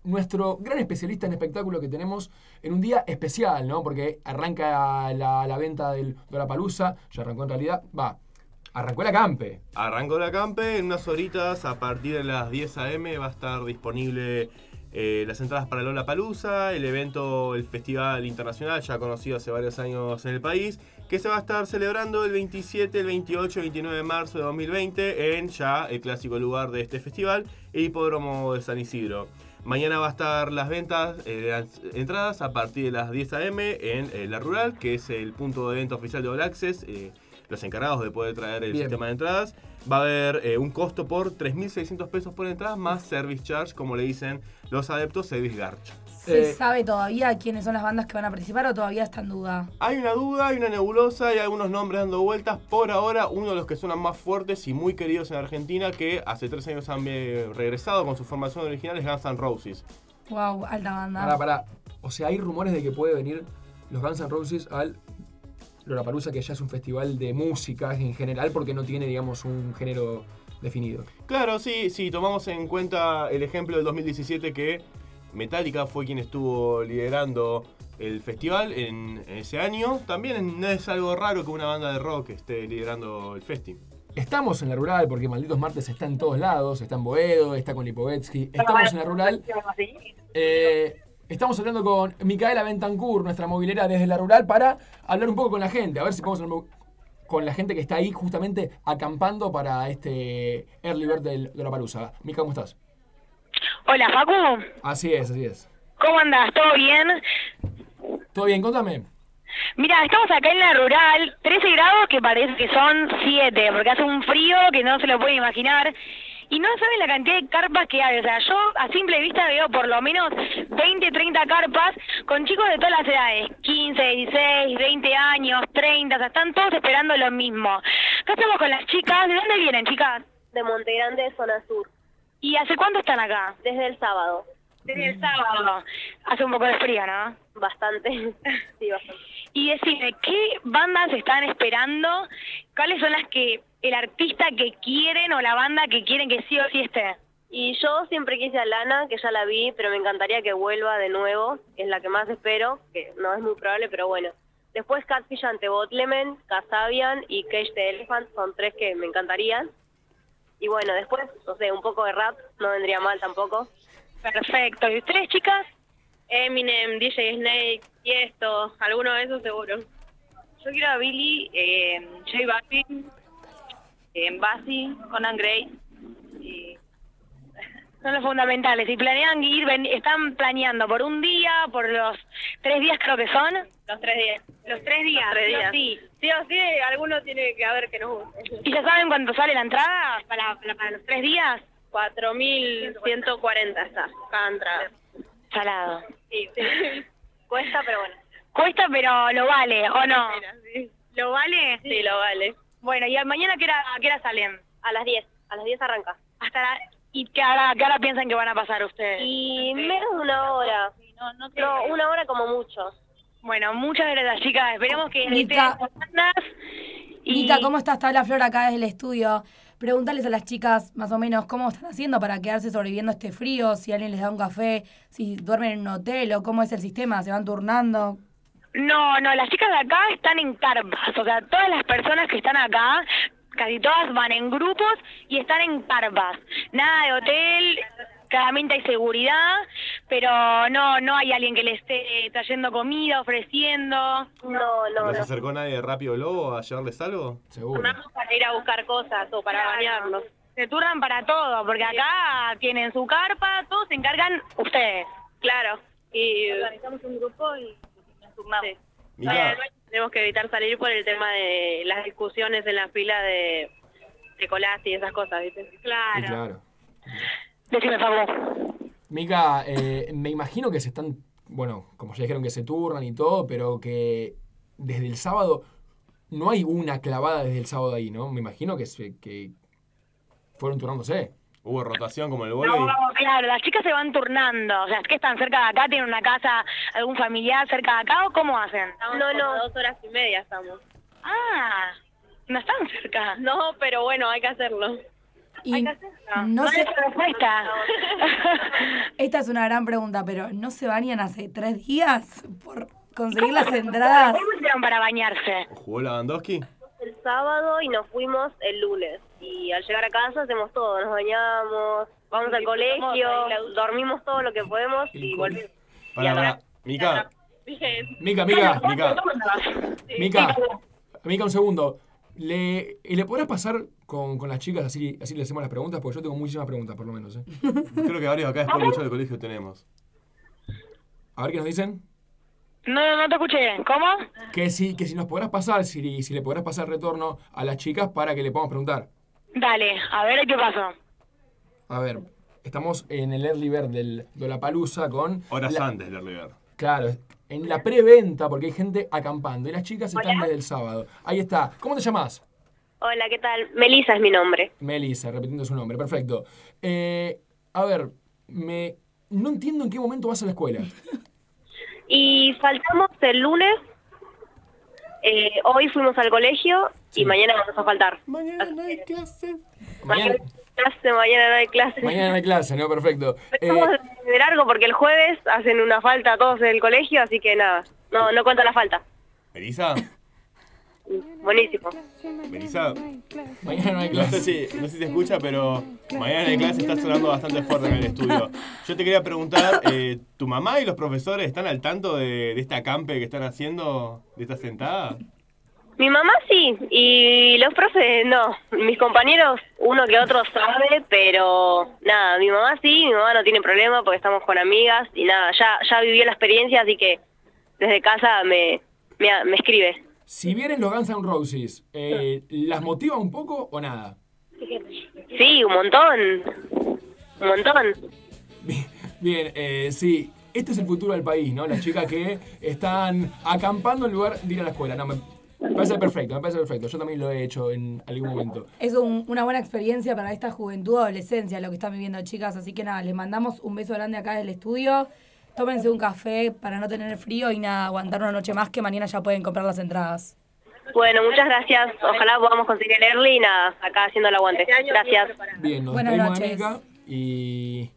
nuestro gran especialista en espectáculo que tenemos en un día especial, ¿no? Porque arranca la, la venta del Lollapalooza, ya arrancó en realidad, va, arrancó la Campe. Arrancó la Campe, en unas horitas, a partir de las diez a eme va a estar disponible eh, las entradas para Lollapalooza, el evento, el festival internacional ya conocido hace varios años en el país, que se va a estar celebrando el veintisiete, el veintiocho y veintinueve de marzo de dos mil veinte en ya el clásico lugar de este festival, el Hipódromo de San Isidro. Mañana va a estar las ventas eh, de las entradas a partir de las diez a eme en eh, La Rural, que es el punto de venta oficial de All Access, eh, los encargados de poder traer el Bien. sistema de entradas. Va a haber eh, un costo por tres mil seiscientos pesos por entrada, más service charge, como le dicen los adeptos, service garch. ¿Se sabe todavía quiénes son las bandas que van a participar o todavía está en duda? Hay una duda, hay una nebulosa, hay algunos nombres dando vueltas. Por ahora, uno de los que suenan más fuertes y muy queridos en Argentina, que hace tres años han eh, regresado con su formación original, es Guns N' Roses. Wow, alta banda. Pará, pará. O sea, hay rumores de que puede venir los Guns N' Roses al Lollapalooza, que ya es un festival de música en general, porque no tiene, digamos, un género definido. Claro, sí, sí, tomamos en cuenta el ejemplo del dos mil diecisiete que Metallica fue quien estuvo liderando el festival en ese año. También no es algo raro que una banda de rock esté liderando el festival. Estamos en La Rural porque Malditos Martes está en todos lados, está en Boedo, está con Lipovetsky. Estamos en La Rural. Eh, estamos hablando con Micaela Bentancur, nuestra movilera desde La Rural, para hablar un poco con la gente, a ver si podemos hablar con la gente que está ahí justamente acampando para este Early Bird del Lollapalooza. Mica, ¿cómo estás? Hola, Facu. Así es, así es. ¿Cómo andás? ¿Todo bien? ¿Todo bien? Contame. Mira, estamos acá en La Rural, trece grados que parece que son siete, porque hace un frío que no se lo pueden imaginar. Y no saben la cantidad de carpas que hay. O sea, yo a simple vista veo por lo menos veinte, treinta carpas con chicos de todas las edades. quince, dieciséis, veinte años, treinta. O sea, están todos esperando lo mismo. Acá estamos con las chicas. ¿De dónde vienen, chicas? De Monte Grande, zona sur. ¿Y hace cuánto están acá? Desde el sábado. Desde el sábado. Hace un poco de frío, ¿no? Bastante. Sí, bastante. Y decime, ¿qué bandas están esperando? ¿Cuáles son las que el artista que quieren o la banda que quieren que sí o sí esté? Y yo siempre quise a Lana, que ya la vi, pero me encantaría que vuelva de nuevo. Es la que más espero, que no es muy probable, pero bueno. Después Catfish ante Bottlemen, Kasabian y Cage the Elephant son tres que me encantarían. Y bueno, después, no sé, un poco de rap, no vendría mal tampoco. Perfecto. ¿Y ustedes, chicas? Eminem, D J Snake, Tiesto, alguno de esos seguro. Yo quiero a Billy, eh, J Balvin, eh, Bassi, Conan Gray. Y... son los fundamentales. Y planean ir, ven, están planeando por un día, por los tres días creo que son. Los tres días. Los tres días, los tres días. Sí. Sí o sí, alguno tiene que haber que nos guste. ¿Y ya saben cuánto sale la entrada para, para, para los tres días? cuatro mil ciento cuarenta está cada entrada. Salado. Sí, sí. Cuesta, pero bueno. Cuesta, pero lo vale, ¿o no? Mira, sí. ¿Lo vale? Sí, lo vale. Bueno, ¿y mañana qué hora, a qué hora salen? A las diez. A las diez arranca. Hasta la... ¿Y qué hora, qué hora piensan que van a pasar ustedes? Y menos de una hora. No, no, no, una hora como mucho. Bueno, muchas gracias, chicas. Esperemos que Mica, y... Mica, ¿cómo está? Está la Flor acá desde el estudio. Preguntarles a las chicas más o menos cómo están haciendo para quedarse sobreviviendo este frío, si alguien les da un café, si duermen en un hotel o cómo es el sistema, se van turnando. No, no, las chicas de acá están en carpas, o sea, todas las personas que están acá, casi todas van en grupos y están en carpas. Nada de hotel, claramente hay seguridad, pero no no hay alguien que le esté trayendo comida, ofreciendo. No, no, ¿No se no. acercó nadie de Rápido Lobo a llevarles algo? Seguro. Vamos para ir a buscar cosas o para Claro. bañarnos. Se turnan para todo, porque acá tienen su carpa, todos se encargan ustedes. Claro. Y organizamos un grupo y nos turnamos. Sí. Mica. Eh, tenemos que evitar salir por el tema de las discusiones en la fila de, de Colasi y esas cosas, ¿viste? Claro. Sí, claro. Decime, Fabu. Mica, eh, me imagino que se están, bueno, como ya dijeron que se turnan y todo, pero que desde el sábado no hay una clavada desde el sábado ahí, ¿no? Me imagino que, se, que fueron turnándose. ¿Hubo rotación como el vóley? No, claro, las chicas se van turnando. O sea, ¿es que están cerca de acá? ¿Tienen una casa, algún familiar cerca de acá o cómo hacen? Estamos no, no. Dos horas y media estamos. Ah, no están cerca. No, pero bueno, hay que hacerlo. Y Hay que hacerla. no ¿Cuál sé- es la respuesta? Esta es una gran pregunta, pero ¿no se bañan hace tres días por conseguir las entradas? ¿Cómo hicieron para bañarse? ¿Jugó Lewandowski? El sábado y nos fuimos el lunes. Y al llegar a casa hacemos todo, nos bañamos, vamos al colegio, dormimos todo lo que podemos y volvemos. Para, para. Mica, Bien. Mica, Mica. Mica. Mica, Mica, un segundo. ¿Le, ¿y ¿Le podrás pasar con, con las chicas así, así le hacemos las preguntas? Porque yo tengo muchísimas preguntas, por lo menos. ¿eh? Creo que varios acá después mucho del colegio tenemos. A ver qué nos dicen. No, no te escuché. ¿Cómo? Que si, que si nos podrás pasar, si, si le podrás pasar retorno a las chicas para que le podamos preguntar. Dale, a ver qué pasó. A ver, estamos en el early bird del Lollapalooza con... Horas la- antes del River. Claro, en la preventa, porque hay gente acampando. Y las chicas están desde el sábado. Ahí está. ¿Cómo te llamas? Hola, ¿qué tal? Melisa es mi nombre. Melissa, repitiendo su nombre. Perfecto. Eh, a ver, me... no entiendo en qué momento vas a la escuela. Y faltamos el lunes. Eh, hoy fuimos al colegio y mañana vamos a faltar. Mañana no hay clase. Mañana no hay clase, mañana no hay clase. Mañana no hay clase, ¿no? Perfecto. Eh, Estamos de largo porque el jueves hacen una falta todos en el colegio, así que nada, no, no cuenta la falta. Melissa, Buenísimo. Melissa. Mañana no hay No sé si, no sé si te escucha, pero mañana en clase está sonando bastante fuerte en el estudio. Yo te quería preguntar, eh, ¿tu mamá y los profesores están al tanto de, de este acampe que están haciendo, de esta sentada? Mi mamá sí, y los profes no. Mis compañeros, uno que otro sabe, pero nada, mi mamá sí, mi mamá no tiene problema porque estamos con amigas y nada, ya, ya vivió la experiencia, así que desde casa me, me, me escribe. si vienen los Guns N' Roses, eh, ¿las motiva un poco o nada? Sí, un montón, un montón. Bien, eh, sí. Este es el futuro del país, ¿no? Las chicas que están acampando en lugar de ir a la escuela. No, me me parece perfecto, me parece perfecto. Yo también lo he hecho en algún momento. Es un- una buena experiencia para esta juventud, adolescencia, lo que están viviendo, chicas. Así que nada, les mandamos un beso grande acá del estudio. Tómense un café para no tener frío y nada, aguantar una noche más que mañana ya pueden comprar las entradas. Bueno, muchas gracias. Ojalá podamos conseguir el early y nada, acá haciendo el aguante. Gracias. Bien, nos Buenas despedimos de noches. Mica y,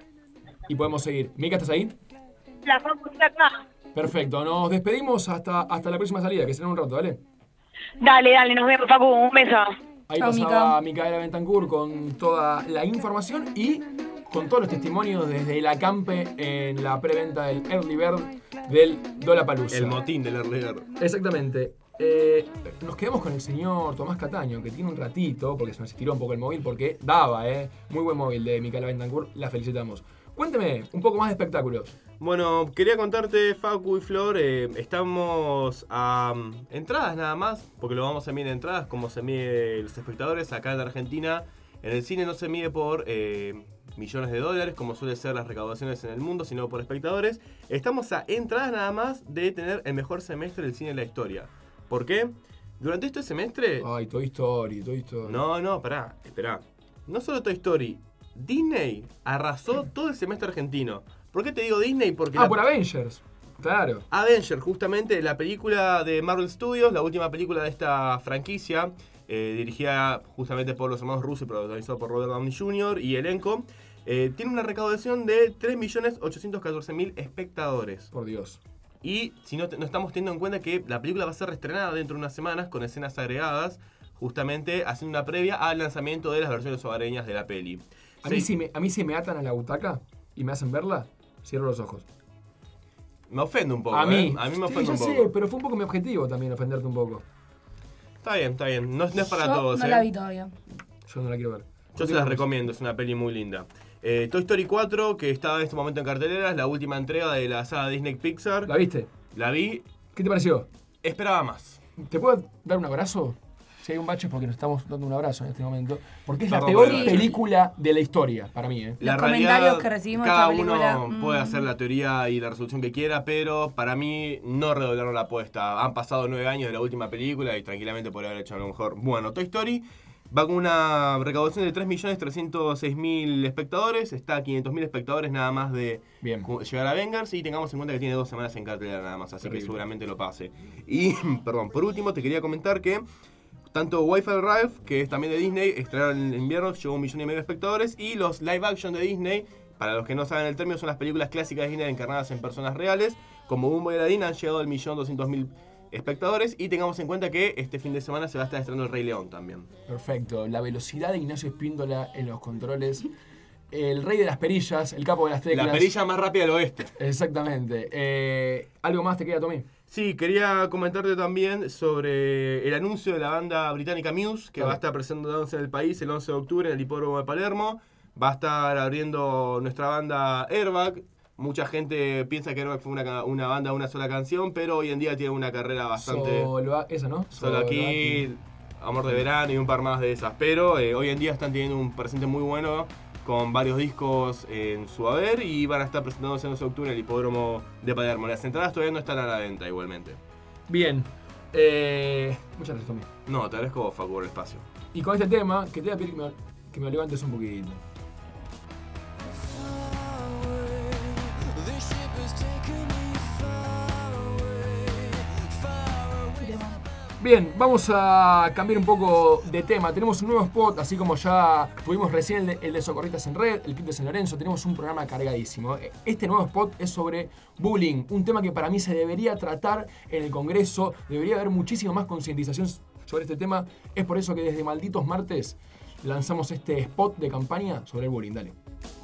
y podemos seguir. Mica, ¿estás ahí? La Facu está acá. Perfecto, nos despedimos hasta, hasta la próxima salida, que será en un rato, ¿vale? Dale, dale, nos vemos, Facu. Un beso. Ahí Chao, pasaba Micaela Bentancur con toda la información y con todos los testimonios desde el acampe en la preventa del Early Bird del Lollapalooza. El motín del Early Bird. Exactamente. Eh, nos quedamos con el señor Tomás Cataño, que tiene un ratito, porque se nos estiró un poco el móvil, porque daba, ¿eh? Muy buen móvil de Micaela Bentancur, la felicitamos. Cuénteme un poco más de espectáculos. Bueno, quería contarte, Facu y Flor, eh, estamos a um, entradas nada más, porque lo vamos a medir en entradas, como se mide los espectadores acá en Argentina. En el cine no se mide por eh, millones de dólares, como suele ser las recaudaciones en el mundo, sino por espectadores. Estamos a entradas nada más de tener el mejor semestre del cine en la historia. ¿Por qué? Durante este semestre... Ay, Toy Story, Toy Story. No, no, pará, esperá. No solo Toy Story, Disney arrasó todo el semestre argentino. ¿Por qué te digo Disney? Porque Ah, la- por Avengers. Claro. Avengers, justamente, la película de Marvel Studios, la última película de esta franquicia, eh, dirigida justamente por los hermanos Russo y protagonizada por Robert Downey junior y elenco, eh, tiene una recaudación de tres millones ochocientos catorce mil espectadores. Por Dios. Y si no, te- no estamos teniendo en cuenta que la película va a ser reestrenada dentro de unas semanas con escenas agregadas, justamente haciendo una previa al lanzamiento de las versiones hogareñas de la peli. A mí, Sí. si me, a mí si me atan a la butaca y me hacen verla, cierro los ojos. Me ofende un poco, a mí. ¿eh? A mí me Sí, ofende yo un sé, poco. pero fue un poco mi objetivo también ofenderte un poco. Está bien, está bien. No, no es para Yo todos, no ¿eh? la vi todavía. Yo no la quiero ver. Yo se las Continuamos. recomiendo, es una peli muy linda. Eh, Toy Story cuatro, que está en este momento en cartelera, es la última entrega de la saga Disney Pixar. ¿La viste? La vi. ¿Qué te pareció? Esperaba más. ¿Te puedo dar un abrazo? Si hay un bache es porque nos estamos dando un abrazo en este momento. Porque es la Perdón, peor perdón. película de la historia, para mí, ¿eh? La Los realidad, comentarios que recibimos de cada esta película, uno puede mm. hacer la teoría y la resolución que quiera, pero para mí no redoblaron la apuesta. Han pasado nueve años de la última película y tranquilamente podría haber hecho a lo mejor. Bueno, Toy Story va con una recaudación de tres millones trescientos seis mil espectadores. Está a quinientos mil espectadores nada más de Bien. llegar a Avengers. Y tengamos en cuenta que tiene dos semanas en cartelera nada más, así Terrible. que seguramente lo pase. Y, perdón, por último te quería comentar que Tanto Wi-Fi Ralph, que es también de Disney, estrenaron en invierno, llegó a un millón y medio de espectadores. Y los live action de Disney, para los que no saben el término, son las películas clásicas de Disney encarnadas en personas reales. Como Dumbo y Aladdin han llegado al millón doscientos mil espectadores. Y tengamos en cuenta que este fin de semana se va a estar estrenando El Rey León también. Perfecto. La velocidad de Ignacio Espíndola en los controles. El rey de las perillas, el capo de las teclas. La perilla más rápida del oeste. Exactamente. Eh, ¿Algo más te queda, Tommy? Sí, quería comentarte también sobre el anuncio de la banda británica Muse, que Claro. va a estar presentándose en el país el once de octubre en el Hipódromo de Palermo. Va a estar abriendo nuestra banda Airbag. Mucha gente piensa que Airbag fue una, ca- una banda de una sola canción, pero hoy en día tiene una carrera bastante... Solo a- esa, ¿no? Solo aquí, Amor de Verano y un par más de esas. Pero eh, hoy en día están teniendo un presente muy bueno con varios discos en su haber y van a estar presentándose el once de octubre en el Hipódromo de Palermo. Las entradas todavía no están a la venta igualmente. Bien. Eh, muchas gracias, Tommy. No, te agradezco, Facu, por el espacio. Y con este tema, que te voy a pedir que me, que me lo levantes un poquito. Bien, vamos a cambiar un poco de tema. Tenemos un nuevo spot, así como ya tuvimos recién el de, el de Socorristas en Red, el Club de San Lorenzo. Tenemos un programa cargadísimo. Este nuevo spot es sobre bullying, un tema que para mí se debería tratar en el Congreso. Debería haber muchísima más concientización sobre este tema. Es por eso que desde Malditos Martes lanzamos este spot de campaña sobre el bullying. Dale.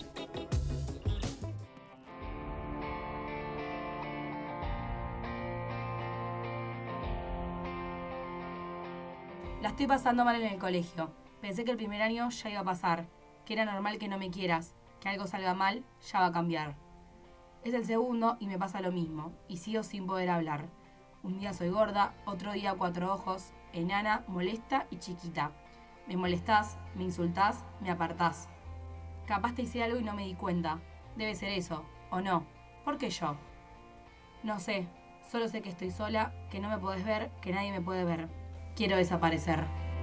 La estoy pasando mal en el colegio. Pensé que el primer año ya iba a pasar, que era normal que no me quieras, que algo salga mal, ya va a cambiar. Es el segundo y me pasa lo mismo, y sigo sin poder hablar. Un día soy gorda, otro día cuatro ojos, enana, molesta y chiquita. Me molestás, me insultás, me apartás. Capaz te hice algo y no me di cuenta. Debe ser eso, ¿o no? ¿Por qué yo? No sé, solo sé que estoy sola, que no me podés ver, que nadie me puede ver. Quiero desaparecer.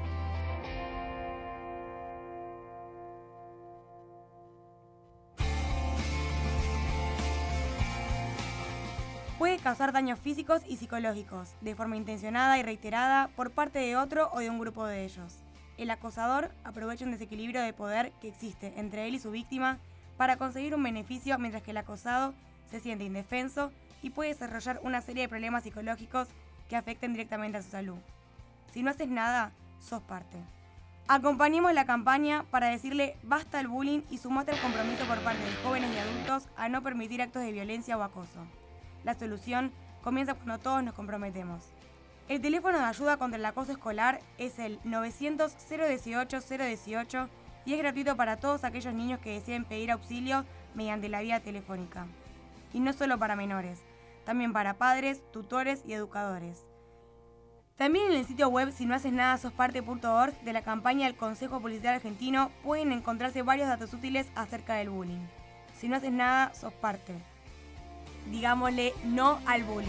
Puede causar daños físicos y psicológicos, de forma intencionada y reiterada por parte de otro o de un grupo de ellos. El acosador aprovecha un desequilibrio de poder que existe entre él y su víctima para conseguir un beneficio, mientras que el acosado se siente indefenso y puede desarrollar una serie de problemas psicológicos que afecten directamente a su salud. Si no haces nada, sos parte. Acompañemos la campaña para decirle basta al bullying y sumate al compromiso por parte de jóvenes y adultos a no permitir actos de violencia o acoso. La solución comienza cuando todos nos comprometemos. El teléfono de ayuda contra el acoso escolar es el novecientos cero dieciocho cero dieciocho y es gratuito para todos aquellos niños que deseen pedir auxilio mediante la vía telefónica. Y no solo para menores, también para padres, tutores y educadores. También en el sitio web si no haces nada sos parte punto org de la campaña del Consejo Policial Argentino pueden encontrarse varios datos útiles acerca del bullying. Si no haces nada, sos parte. Digámosle no al bullying.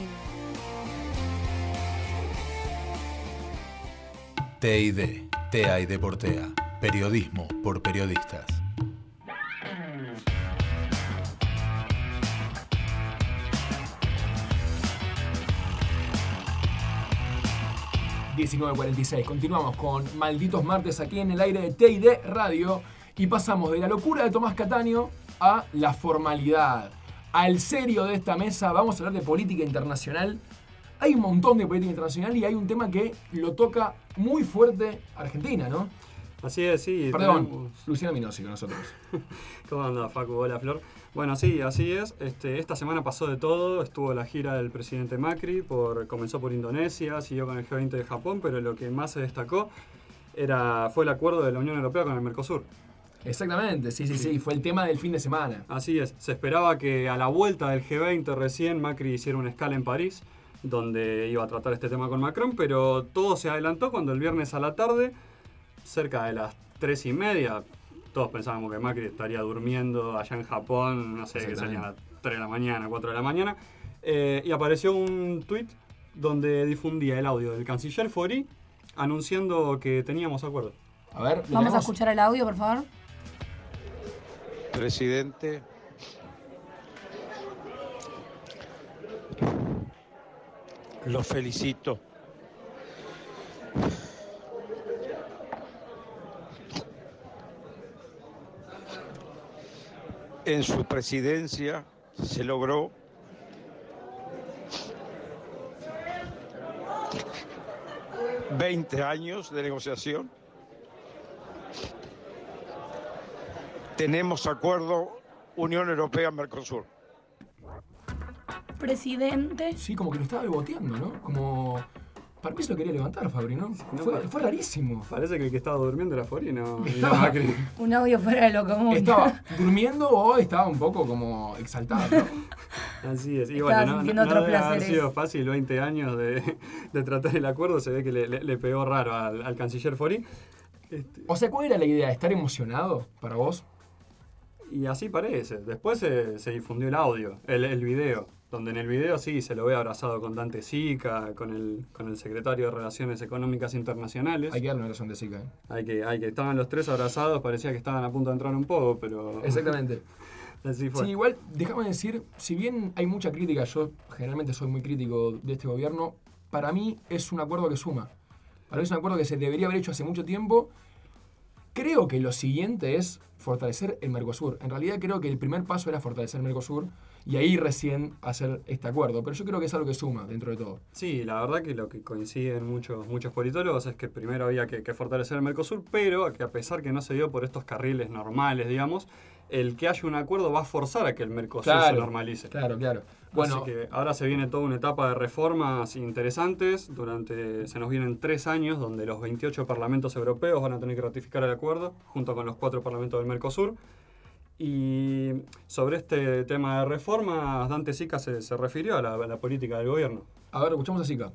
T I D, T A y Deportea. Periodismo por periodistas. diecinueve cuarenta y seis. Continuamos con Malditos Martes aquí en el aire de T I D Radio y pasamos de la locura de Tomás Cataño a la formalidad, al serio de esta mesa. Vamos a hablar de política internacional. Hay un montón de política internacional y hay un tema que lo toca muy fuerte Argentina, ¿no? Así es, sí. Perdón, tenemos... Luciana Minossi con nosotros. ¿Cómo anda, Facu? Hola, Flor. Bueno, sí, así es. Este, esta semana pasó de todo. Estuvo la gira del presidente Macri, por, comenzó por Indonesia, siguió con el G veinte de Japón, pero lo que más se destacó era, fue el acuerdo de la Unión Europea con el Mercosur. Exactamente, sí, sí, sí, sí, fue el tema del fin de semana. Así es. Se esperaba que a la vuelta del G veinte recién Macri hiciera una escala en París, donde iba a tratar este tema con Macron, pero todo se adelantó cuando el viernes a la tarde, cerca de las tres y media, todos pensábamos que Macri estaría durmiendo allá en Japón, no sé, que salían a las tres de la mañana, cuatro de la mañana, eh, y apareció un tuit donde difundía el audio del canciller Fori anunciando que teníamos acuerdo. A ver, vamos a escuchar el audio, por favor. Presidente, lo felicito. en su presidencia se logró veinte años de negociación. Tenemos acuerdo Unión Europea-Mercosur. Presidente. Sí, como que lo estaba beboteando, ¿no? Como... Para mí se lo quería levantar, Fabri, ¿no? No, fue, pa- fue rarísimo. Parece que el que estaba durmiendo era Fori, no. y Estaba- no Macri. Un audio fuera de lo común. ¿Estaba durmiendo o estaba un poco como exaltado, no? Así es. Y Estaba bueno, no, sintiendo no otros debe haber placeres. sido fácil veinte años de, de tratar el acuerdo. Se ve que le, le- le pegó raro al, al canciller Fori. Este, O sea, ¿cuál era la idea? ¿Estar emocionado para vos? y así parece. Después se, se difundió el audio, el, el video. Donde en el video sí se lo ve abrazado con Dante Sica, con el, con el secretario de Relaciones Económicas Internacionales. Hay que darle una razón de Sica, ¿eh? Hay que, hay que, estaban los tres abrazados, parecía que estaban a punto de entrar un poco, pero... Exactamente. Así fue. Sí, igual, déjame decir, si bien hay mucha crítica, yo generalmente soy muy crítico de este gobierno, para mí es un acuerdo que suma. Para mí es un acuerdo que se debería haber hecho hace mucho tiempo. Creo que lo siguiente es fortalecer el Mercosur. En realidad creo que el primer paso era fortalecer el Mercosur y ahí recién hacer este acuerdo. Pero yo creo que es algo que suma dentro de todo. Sí, la verdad que lo que coinciden muchos, muchos politólogos es que primero había que, que fortalecer el Mercosur, pero que a pesar que no se dio por estos carriles normales, digamos, el que haya un acuerdo va a forzar a que el Mercosur Claro, se normalice. Claro, claro. Bueno, Así que ahora se viene toda una etapa de reformas interesantes. Durante, se nos vienen tres años donde los veintiocho parlamentos europeos van a tener que ratificar el acuerdo, junto con los cuatro parlamentos del Mercosur. Y sobre este tema de reformas, Dante Sica se, se refirió a la, a la política del gobierno. a ver, escuchamos a Sica.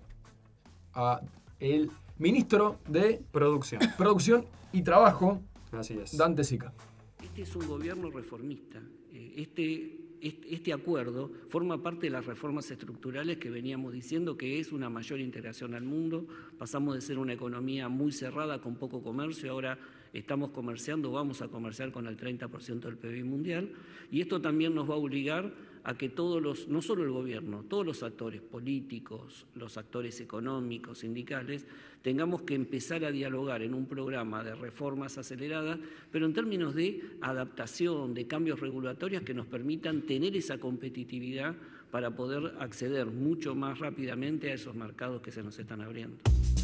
A el ministro de Producción. Producción y Trabajo, Así es. Dante Sica. Este es un gobierno reformista. Eh, Este, este, este acuerdo forma parte de las reformas estructurales que veníamos diciendo, que es una mayor integración al mundo. Pasamos de ser una economía muy cerrada con poco comercio, ahora estamos comerciando, vamos a comerciar con el treinta por ciento del P I B mundial, y esto también nos va a obligar a que todos los, no solo el gobierno, todos los actores políticos, los actores económicos, sindicales, tengamos que empezar a dialogar en un programa de reformas aceleradas, pero en términos de adaptación, de cambios regulatorios que nos permitan tener esa competitividad para poder acceder mucho más rápidamente a esos mercados que se nos están abriendo.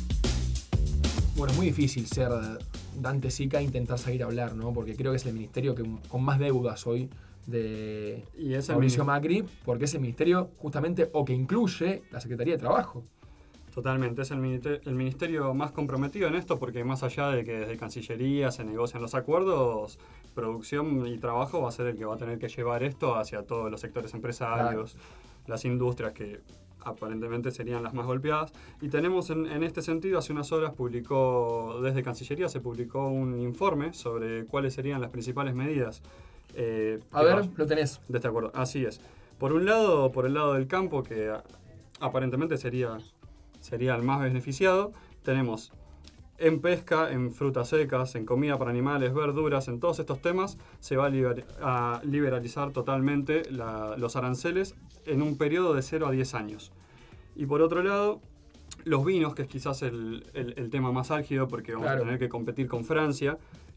Bueno, es muy difícil ser Dante Sica e intentar salir a hablar, ¿no? Porque creo que es el ministerio que, con más deudas hoy de Y es el Mauricio mini- Macri, porque es el ministerio justamente o que incluye la Secretaría de Trabajo. Totalmente, es el ministerio, el ministerio más comprometido en esto porque más allá de que desde Cancillería se negocian los acuerdos, producción y trabajo va a ser el que va a tener que llevar esto hacia todos los sectores empresarios, las industrias que aparentemente serían las más golpeadas. Y tenemos en, en este sentido, hace unas horas publicó, desde Cancillería se publicó un informe sobre cuáles serían las principales medidas. eh, A que ver, va- lo tenés. de este acuerdo, así es. Por un lado, por el lado del campo, que a- aparentemente sería, sería el más beneficiado, tenemos en pesca, en frutas secas, en comida para animales, verduras, en todos estos temas, se va a, liber- a liberalizar totalmente la- los aranceles en un periodo de cero a diez años. Y por otro lado, los vinos, que es quizás el, el- el tema más álgido, porque vamos Claro. a tener que competir con Francia,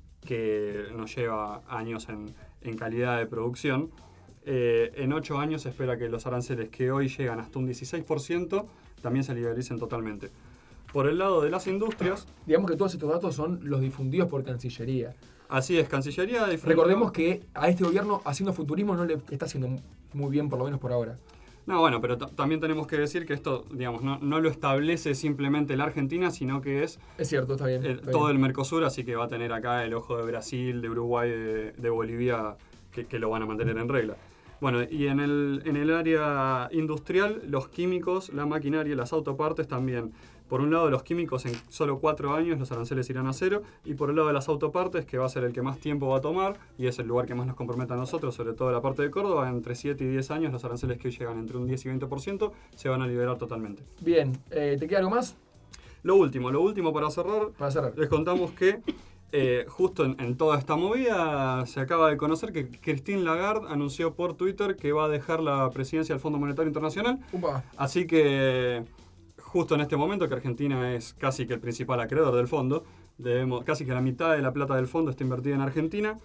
que nos lleva años en, en calidad de producción. Eh, en ocho años se espera que los aranceles que hoy llegan hasta un dieciséis por ciento también se liberalicen totalmente. Por el lado de las industrias... Digamos que todos estos datos son los difundidos por Cancillería. Así es, Cancillería... difundió- Recordemos que a este gobierno haciendo futurismo no le está haciendo muy bien, por lo menos por ahora. No, bueno, pero ta- también tenemos que decir que esto, digamos, no, no lo establece simplemente la Argentina, sino que es... Es cierto, está bien. el- está todo bien. el Mercosur, así que va a tener acá el ojo de Brasil, de Uruguay, de, de Bolivia, que, que lo van a mantener en regla. Bueno, y en el, en el área industrial, los químicos, la maquinaria y las autopartes también. Por un lado, los químicos en solo cuatro años los aranceles irán a cero, y por el lado de las autopartes, que va a ser el que más tiempo va a tomar, y es el lugar que más nos compromete a nosotros, sobre todo la parte de Córdoba, entre siete y diez años, los aranceles que hoy llegan entre un diez y veinte por ciento, se van a liberar totalmente. Bien, eh, ¿te queda algo más? Lo último, lo último para cerrar, Para cerrar. les contamos que eh, justo en, en toda esta movida se acaba de conocer que Christine Lagarde anunció por Twitter que va a dejar la presidencia del Fondo Monetario Internacional. Upa. Así que justo en este momento que Argentina es casi que el principal acreedor del fondo, debemos, casi que la mitad de la plata del fondo está invertida en Argentina,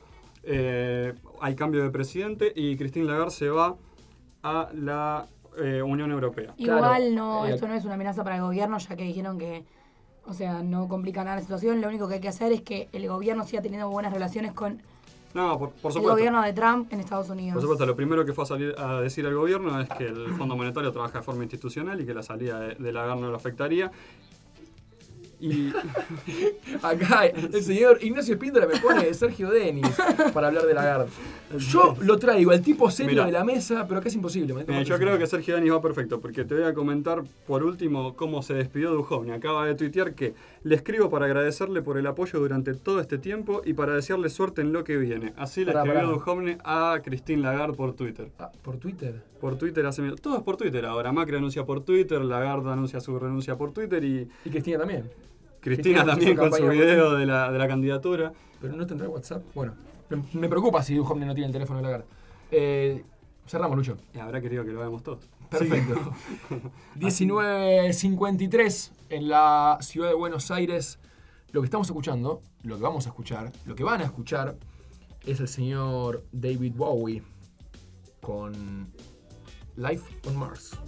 eh, hay cambio de presidente y Christine Lagarde se va a la eh, Unión Europea. Igual Claro, no, eh, esto no es una amenaza para el gobierno, ya que dijeron que, o sea, no complica nada la situación. Lo único que hay que hacer es que el gobierno siga teniendo buenas relaciones con No, por, por el supuesto. gobierno de Trump en Estados Unidos. Por supuesto, lo primero que fue a salir a decir el gobierno es que el Fondo Monetario trabaja de forma institucional y que la salida de, de Lagarde no lo afectaría. Y acá el señor Ignacio Espíndola me pone Sergio Denis para hablar de Lagarde. Yo lo traigo, el tipo serio Mirá. de la mesa, pero casi imposible. me Mira, yo creo que Sergio Denis va perfecto, porque te voy a comentar por último cómo se despidió Duhovne. Acaba de tuitear que le escribo para agradecerle por el apoyo durante todo este tiempo y para desearle suerte en lo que viene. Así le Pará, escribió pará. Duhovne a Christine Lagarde por Twitter. Ah, ¿por Twitter? Por Twitter hace minutos. Todo es por Twitter ahora. Macri anuncia por Twitter, Lagarde anuncia su renuncia por Twitter y... Y Cristina también. Cristina Cristina también hizo con su campaña por video Twitter. de la, de la candidatura. Pero no tendrá WhatsApp. Bueno, me, me preocupa si Duhovne no tiene el teléfono de Lagarde. Eh, cerramos, Lucho. Y habrá querido que lo veamos todos. Perfecto. diecinueve cincuenta y tres en la ciudad de Buenos Aires. Lo que estamos escuchando, lo que vamos a escuchar, lo que van a escuchar es el señor David Bowie con Life on Mars.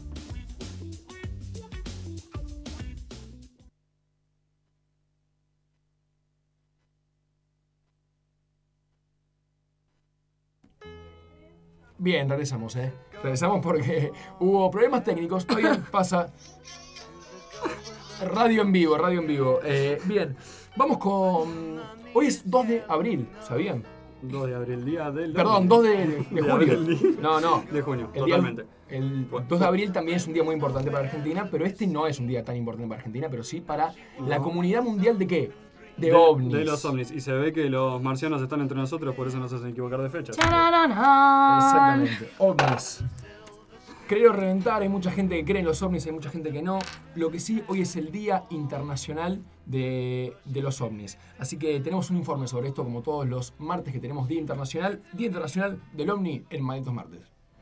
Bien, regresamos, ¿eh? Regresamos porque hubo problemas técnicos. Todavía pasa. Radio en vivo, radio en vivo. Eh, bien, vamos con... Hoy es dos de abril, ¿sabían? dos de abril, día del... Perdón, dos de, de De julio. abril. No, no. De junio, El día- totalmente. el dos de abril también es un día muy importante para Argentina, pero este no es un día tan importante para Argentina, pero sí para la No. comunidad mundial de qué? De, ovnis. De los ovnis. Y se ve que los marcianos están entre nosotros, por eso nos hacen equivocar de fecha. Charararán. Exactamente. Ovnis. Creo reventar, hay mucha gente que cree en los ovnis, hay mucha gente que no. Lo que sí, hoy es el Día Internacional de, de los ovnis. Así que tenemos un informe sobre esto, como todos los martes que tenemos Día Internacional. Día Internacional del OVNI en Malditos Martes.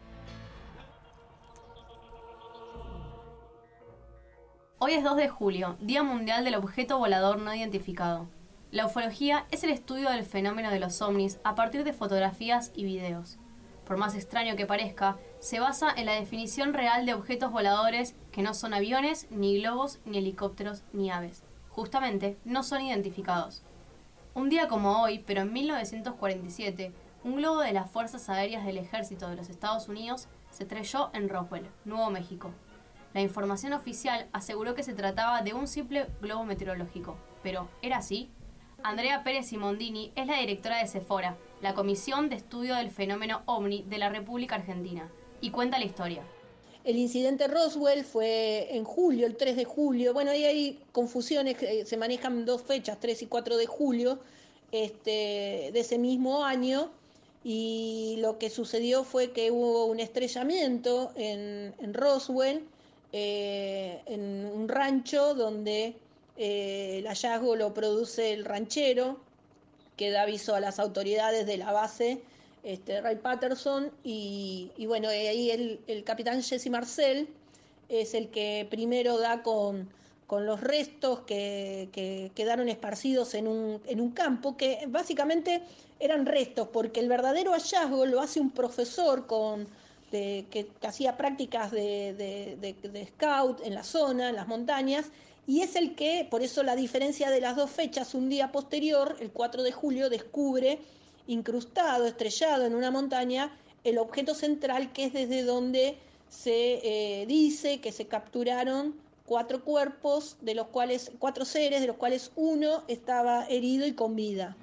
Hoy es dos de julio, Día Mundial del Objeto Volador No Identificado. La ufología es el estudio del fenómeno de los ovnis a partir de fotografías y videos. Por más extraño que parezca, se basa en la definición real de objetos voladores que no son aviones, ni globos, ni helicópteros, ni aves. Justamente, no son identificados. Un día como hoy, pero en mil novecientos cuarenta y siete, un globo de las Fuerzas Aéreas del Ejército de los Estados Unidos se estrelló en Roswell, Nuevo México. La información oficial aseguró que se trataba de un simple globo meteorológico. Pero, ¿era así? Andrea Pérez Simondini es la directora de Sephora, la Comisión de Estudio del Fenómeno OVNI de la República Argentina, y cuenta la historia. El incidente Roswell fue en julio, el tres de julio. Bueno, ahí hay confusiones, eh, se manejan dos fechas, tres y cuatro de julio este, de ese mismo año. Y lo que sucedió fue que hubo un estrellamiento en, en Roswell, eh, en un rancho donde eh, el hallazgo lo produce el ranchero, que da aviso a las autoridades de la base, este, Ray Patterson, y, y bueno, ahí el, el capitán Jesse Marcel es el que primero da con, con los restos que, que quedaron esparcidos en un, en un campo, que básicamente eran restos, porque el verdadero hallazgo lo hace un profesor con, de, que, que hacía prácticas de, de, de, de scout en la zona, en las montañas, y es el que, por eso la diferencia de las dos fechas, un día posterior, el cuatro de julio, descubre incrustado, estrellado en una montaña, el objeto central, que es desde donde se eh, dice que se capturaron cuatro cuerpos, de los cuales, cuatro seres, de los cuales uno estaba herido y con vida.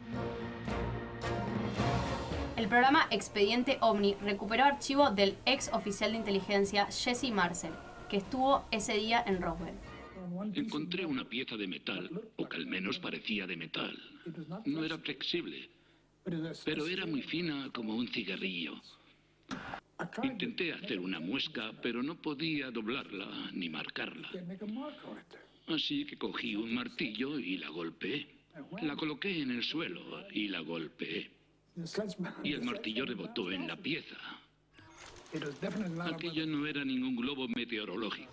El programa Expediente OVNI recuperó archivo del ex oficial de inteligencia Jesse Marcel, que estuvo ese día en Roswell. Encontré una pieza de metal, o que al menos parecía de metal. No era flexible, pero era muy fina como un cigarrillo. Intenté hacer una muesca, pero no podía doblarla ni marcarla. Así que cogí un martillo y la golpeé. La coloqué en el suelo y la golpeé. Y el martillo rebotó en la pieza. Aquello no era ningún globo meteorológico.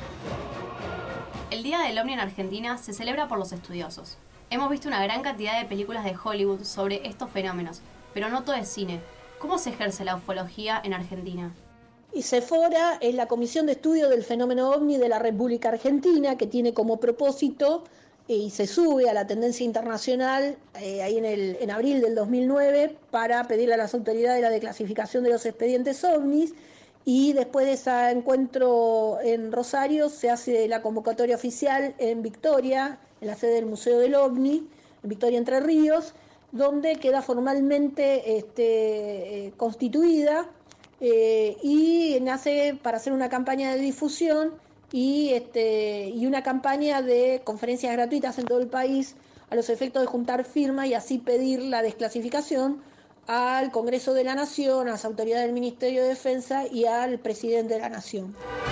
El Día del OVNI en Argentina se celebra por los estudiosos. Hemos visto una gran cantidad de películas de Hollywood sobre estos fenómenos, Pero no todo es cine. ¿Cómo se ejerce la ufología en Argentina? Y Cefora es la Comisión de Estudio del Fenómeno OVNI de la República Argentina, que tiene como propósito, eh, y se sube a la tendencia internacional, eh, ahí en, el, en abril del dos mil nueve, para pedirle a las autoridades la declasificación de los expedientes OVNIs, y después de ese encuentro en Rosario se hace la convocatoria oficial en Victoria, en la sede del Museo del OVNI, en Victoria Entre Ríos, donde queda formalmente este, eh, constituida, eh, y nace para hacer una campaña de difusión y, este, y una campaña de conferencias gratuitas en todo el país a los efectos de juntar firmas y así pedir la desclasificación al Congreso de la Nación, a las autoridades del Ministerio de Defensa y al presidente de la Nación.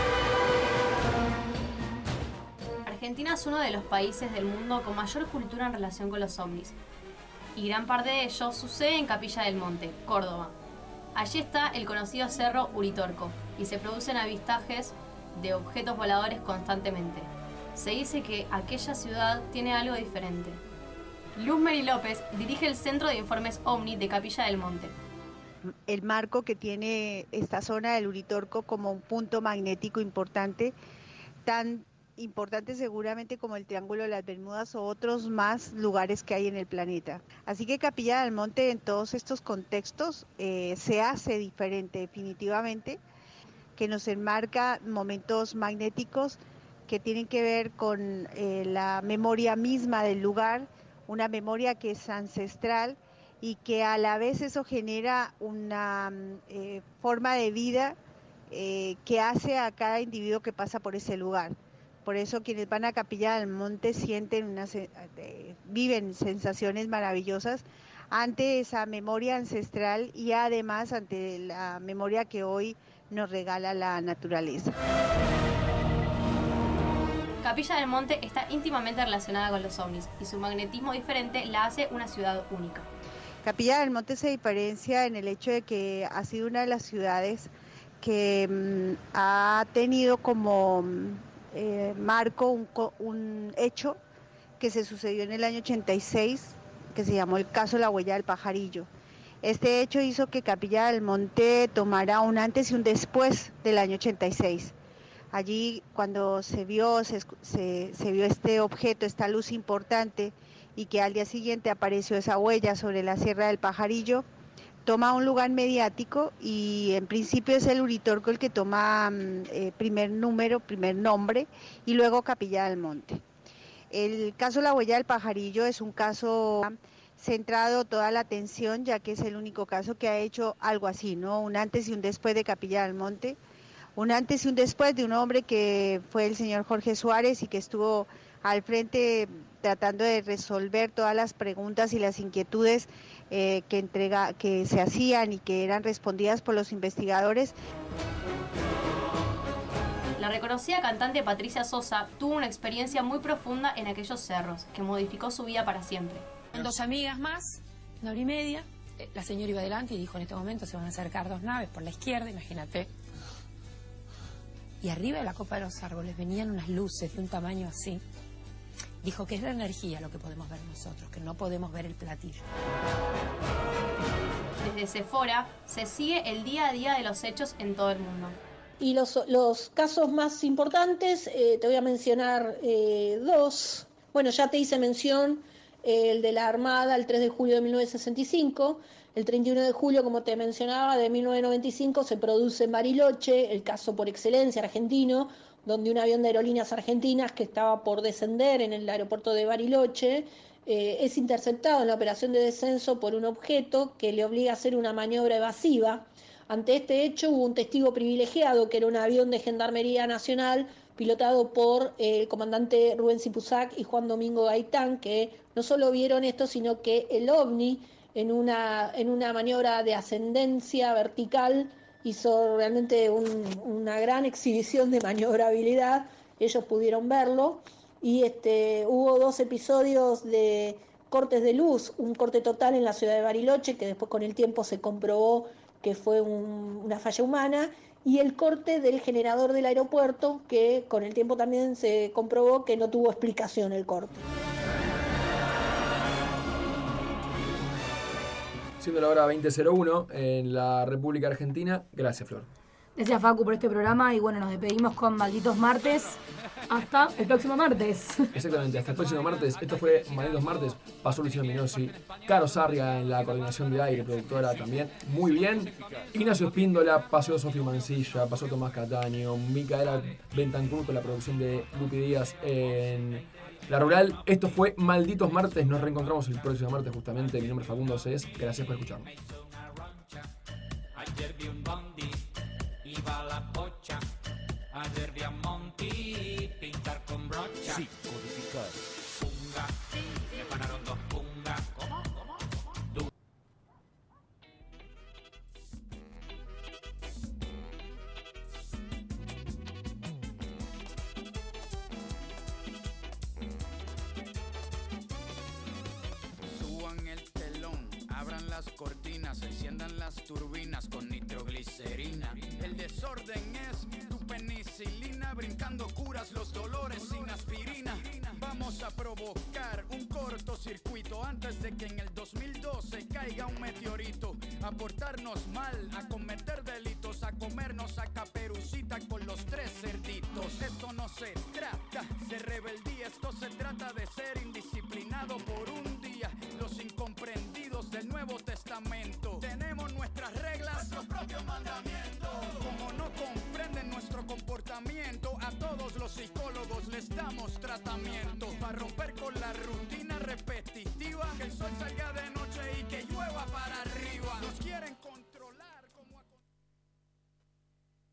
Argentina es uno de los países del mundo con mayor cultura en relación con los ovnis, y gran parte de ello sucede en Capilla del Monte, Córdoba. Allí está el conocido Cerro Uritorco, y se producen avistajes de objetos voladores constantemente. Se dice que aquella ciudad tiene algo diferente. Luz Mary López dirige el Centro de Informes OVNI de Capilla del Monte. El marco que tiene esta zona del Uritorco como un punto magnético importante, tan importante seguramente como el Triángulo de las Bermudas o otros más lugares que hay en el planeta. Así que Capilla del Monte en todos estos contextos eh, se hace diferente definitivamente, que nos enmarca momentos magnéticos que tienen que ver con eh, la memoria misma del lugar, una memoria que es ancestral y que a la vez eso genera una eh, forma de vida eh, que hace a cada individuo que pasa por ese lugar. Por eso quienes van a Capilla del Monte sienten una, eh, viven sensaciones maravillosas ante esa memoria ancestral y además ante la memoria que hoy nos regala la naturaleza. Capilla del Monte está íntimamente relacionada con los ovnis y su magnetismo diferente la hace una ciudad única. Capilla del Monte se diferencia en el hecho de que ha sido una de las ciudades que mmm, ha tenido como eh, marco un, un hecho que se sucedió en el año ochenta y seis, que se llamó el caso La Huella del Pajarillo. Este hecho hizo que Capilla del Monte tomara un antes y un después del año ochenta y seis. Allí cuando se vio, se, se, se vio este objeto, esta luz importante, y que al día siguiente apareció esa huella sobre la Sierra del Pajarillo, toma un lugar mediático y en principio es el Uritorco el que toma eh, primer número, primer nombre, y luego Capilla del Monte. El caso La Huella del Pajarillo es un caso centrado toda la atención, ya que es el único caso que ha hecho algo así, ¿no? Un antes y un después de Capilla del Monte. Un antes y un después de un hombre que fue el señor Jorge Suárez y que estuvo al frente tratando de resolver todas las preguntas y las inquietudes eh, que, entrega, que se hacían y que eran respondidas por los investigadores. La reconocida cantante Patricia Sosa tuvo una experiencia muy profunda en aquellos cerros, que modificó su vida para siempre. Con dos amigas más, una hora y media, la señora iba adelante y dijo: en este momento se van a acercar dos naves por la izquierda, imagínate. Y arriba de la copa de los árboles venían unas luces de un tamaño así. Dijo que es la energía lo que podemos ver nosotros, que no podemos ver el platillo. Desde Cefora se sigue el día a día de los hechos en todo el mundo. Y los, los casos más importantes, eh, te voy a mencionar eh, dos. Bueno, ya te hice mención eh, el de la Armada el tres de julio de mil novecientos sesenta y cinco. El treinta y uno de julio, como te mencionaba, de mil novecientos noventa y cinco se produce en Bariloche, el caso por excelencia argentino, donde un avión de aerolíneas argentinas que estaba por descender en el aeropuerto de Bariloche eh, es interceptado en la operación de descenso por un objeto que le obliga a hacer una maniobra evasiva. Ante este hecho hubo un testigo privilegiado, que era un avión de Gendarmería Nacional pilotado por el comandante Rubén Sipusac y Juan Domingo Gaitán, que no solo vieron esto, sino que el ovni en una, en una maniobra de ascendencia vertical hizo realmente un, una gran exhibición de maniobrabilidad. Ellos pudieron verlo y este, hubo dos episodios de cortes de luz, un corte total en la ciudad de Bariloche, que después con el tiempo se comprobó que fue un, una falla humana, y el corte del generador del aeropuerto, que con el tiempo también se comprobó que no tuvo explicación el corte. Siendo la hora veinte cero uno en la República Argentina. Gracias, Flor. Gracias, Facu, por este programa y bueno, nos despedimos con Malditos Martes. Hasta el próximo martes. Exactamente, hasta el próximo martes. Esto fue Malditos Martes. Pasó Luciano Minosi. Caro Sarria en la coordinación de aire, productora también. Muy bien. Ignacio Espíndola, pasó Sofía Mancilla, pasó Tomás Cataño, Micaela Bentancur con la producción de Lupi Díaz en La Rural. Esto fue Malditos Martes. Nos reencontramos el próximo martes justamente. Mi nombre es Facundo Cés. Gracias por escucharnos. Ayer vi un bondi, iba a la bocha. Ayer vi a Monty pintar con brocha. Sí, codificar. Punga, me pararon dos pungas. ¿Cómo? ¿Cómo? ¿Cómo? Suban el telón, abran las cortinas, enciendan las turbinas con nitroglicerina. El desorden es tu penicilina, brincando curas los dolores sin aspirina. Vamos a provocar un cortocircuito antes de que en el dos mil doce caiga un meteorito. A portarnos mal, a cometer delitos, a comernos a Caperucita con los tres cerditos. Esto no se trata de rebeldía, esto se trata de ser indisciplinado por un día. Los incomprendidos del Nuevo Testamento. Tenemos nuestras reglas, nuestro propio mandamiento. Como no comprenden nuestro comportamiento, a todos los psicólogos les damos tratamiento. Para romper con la rutina repetida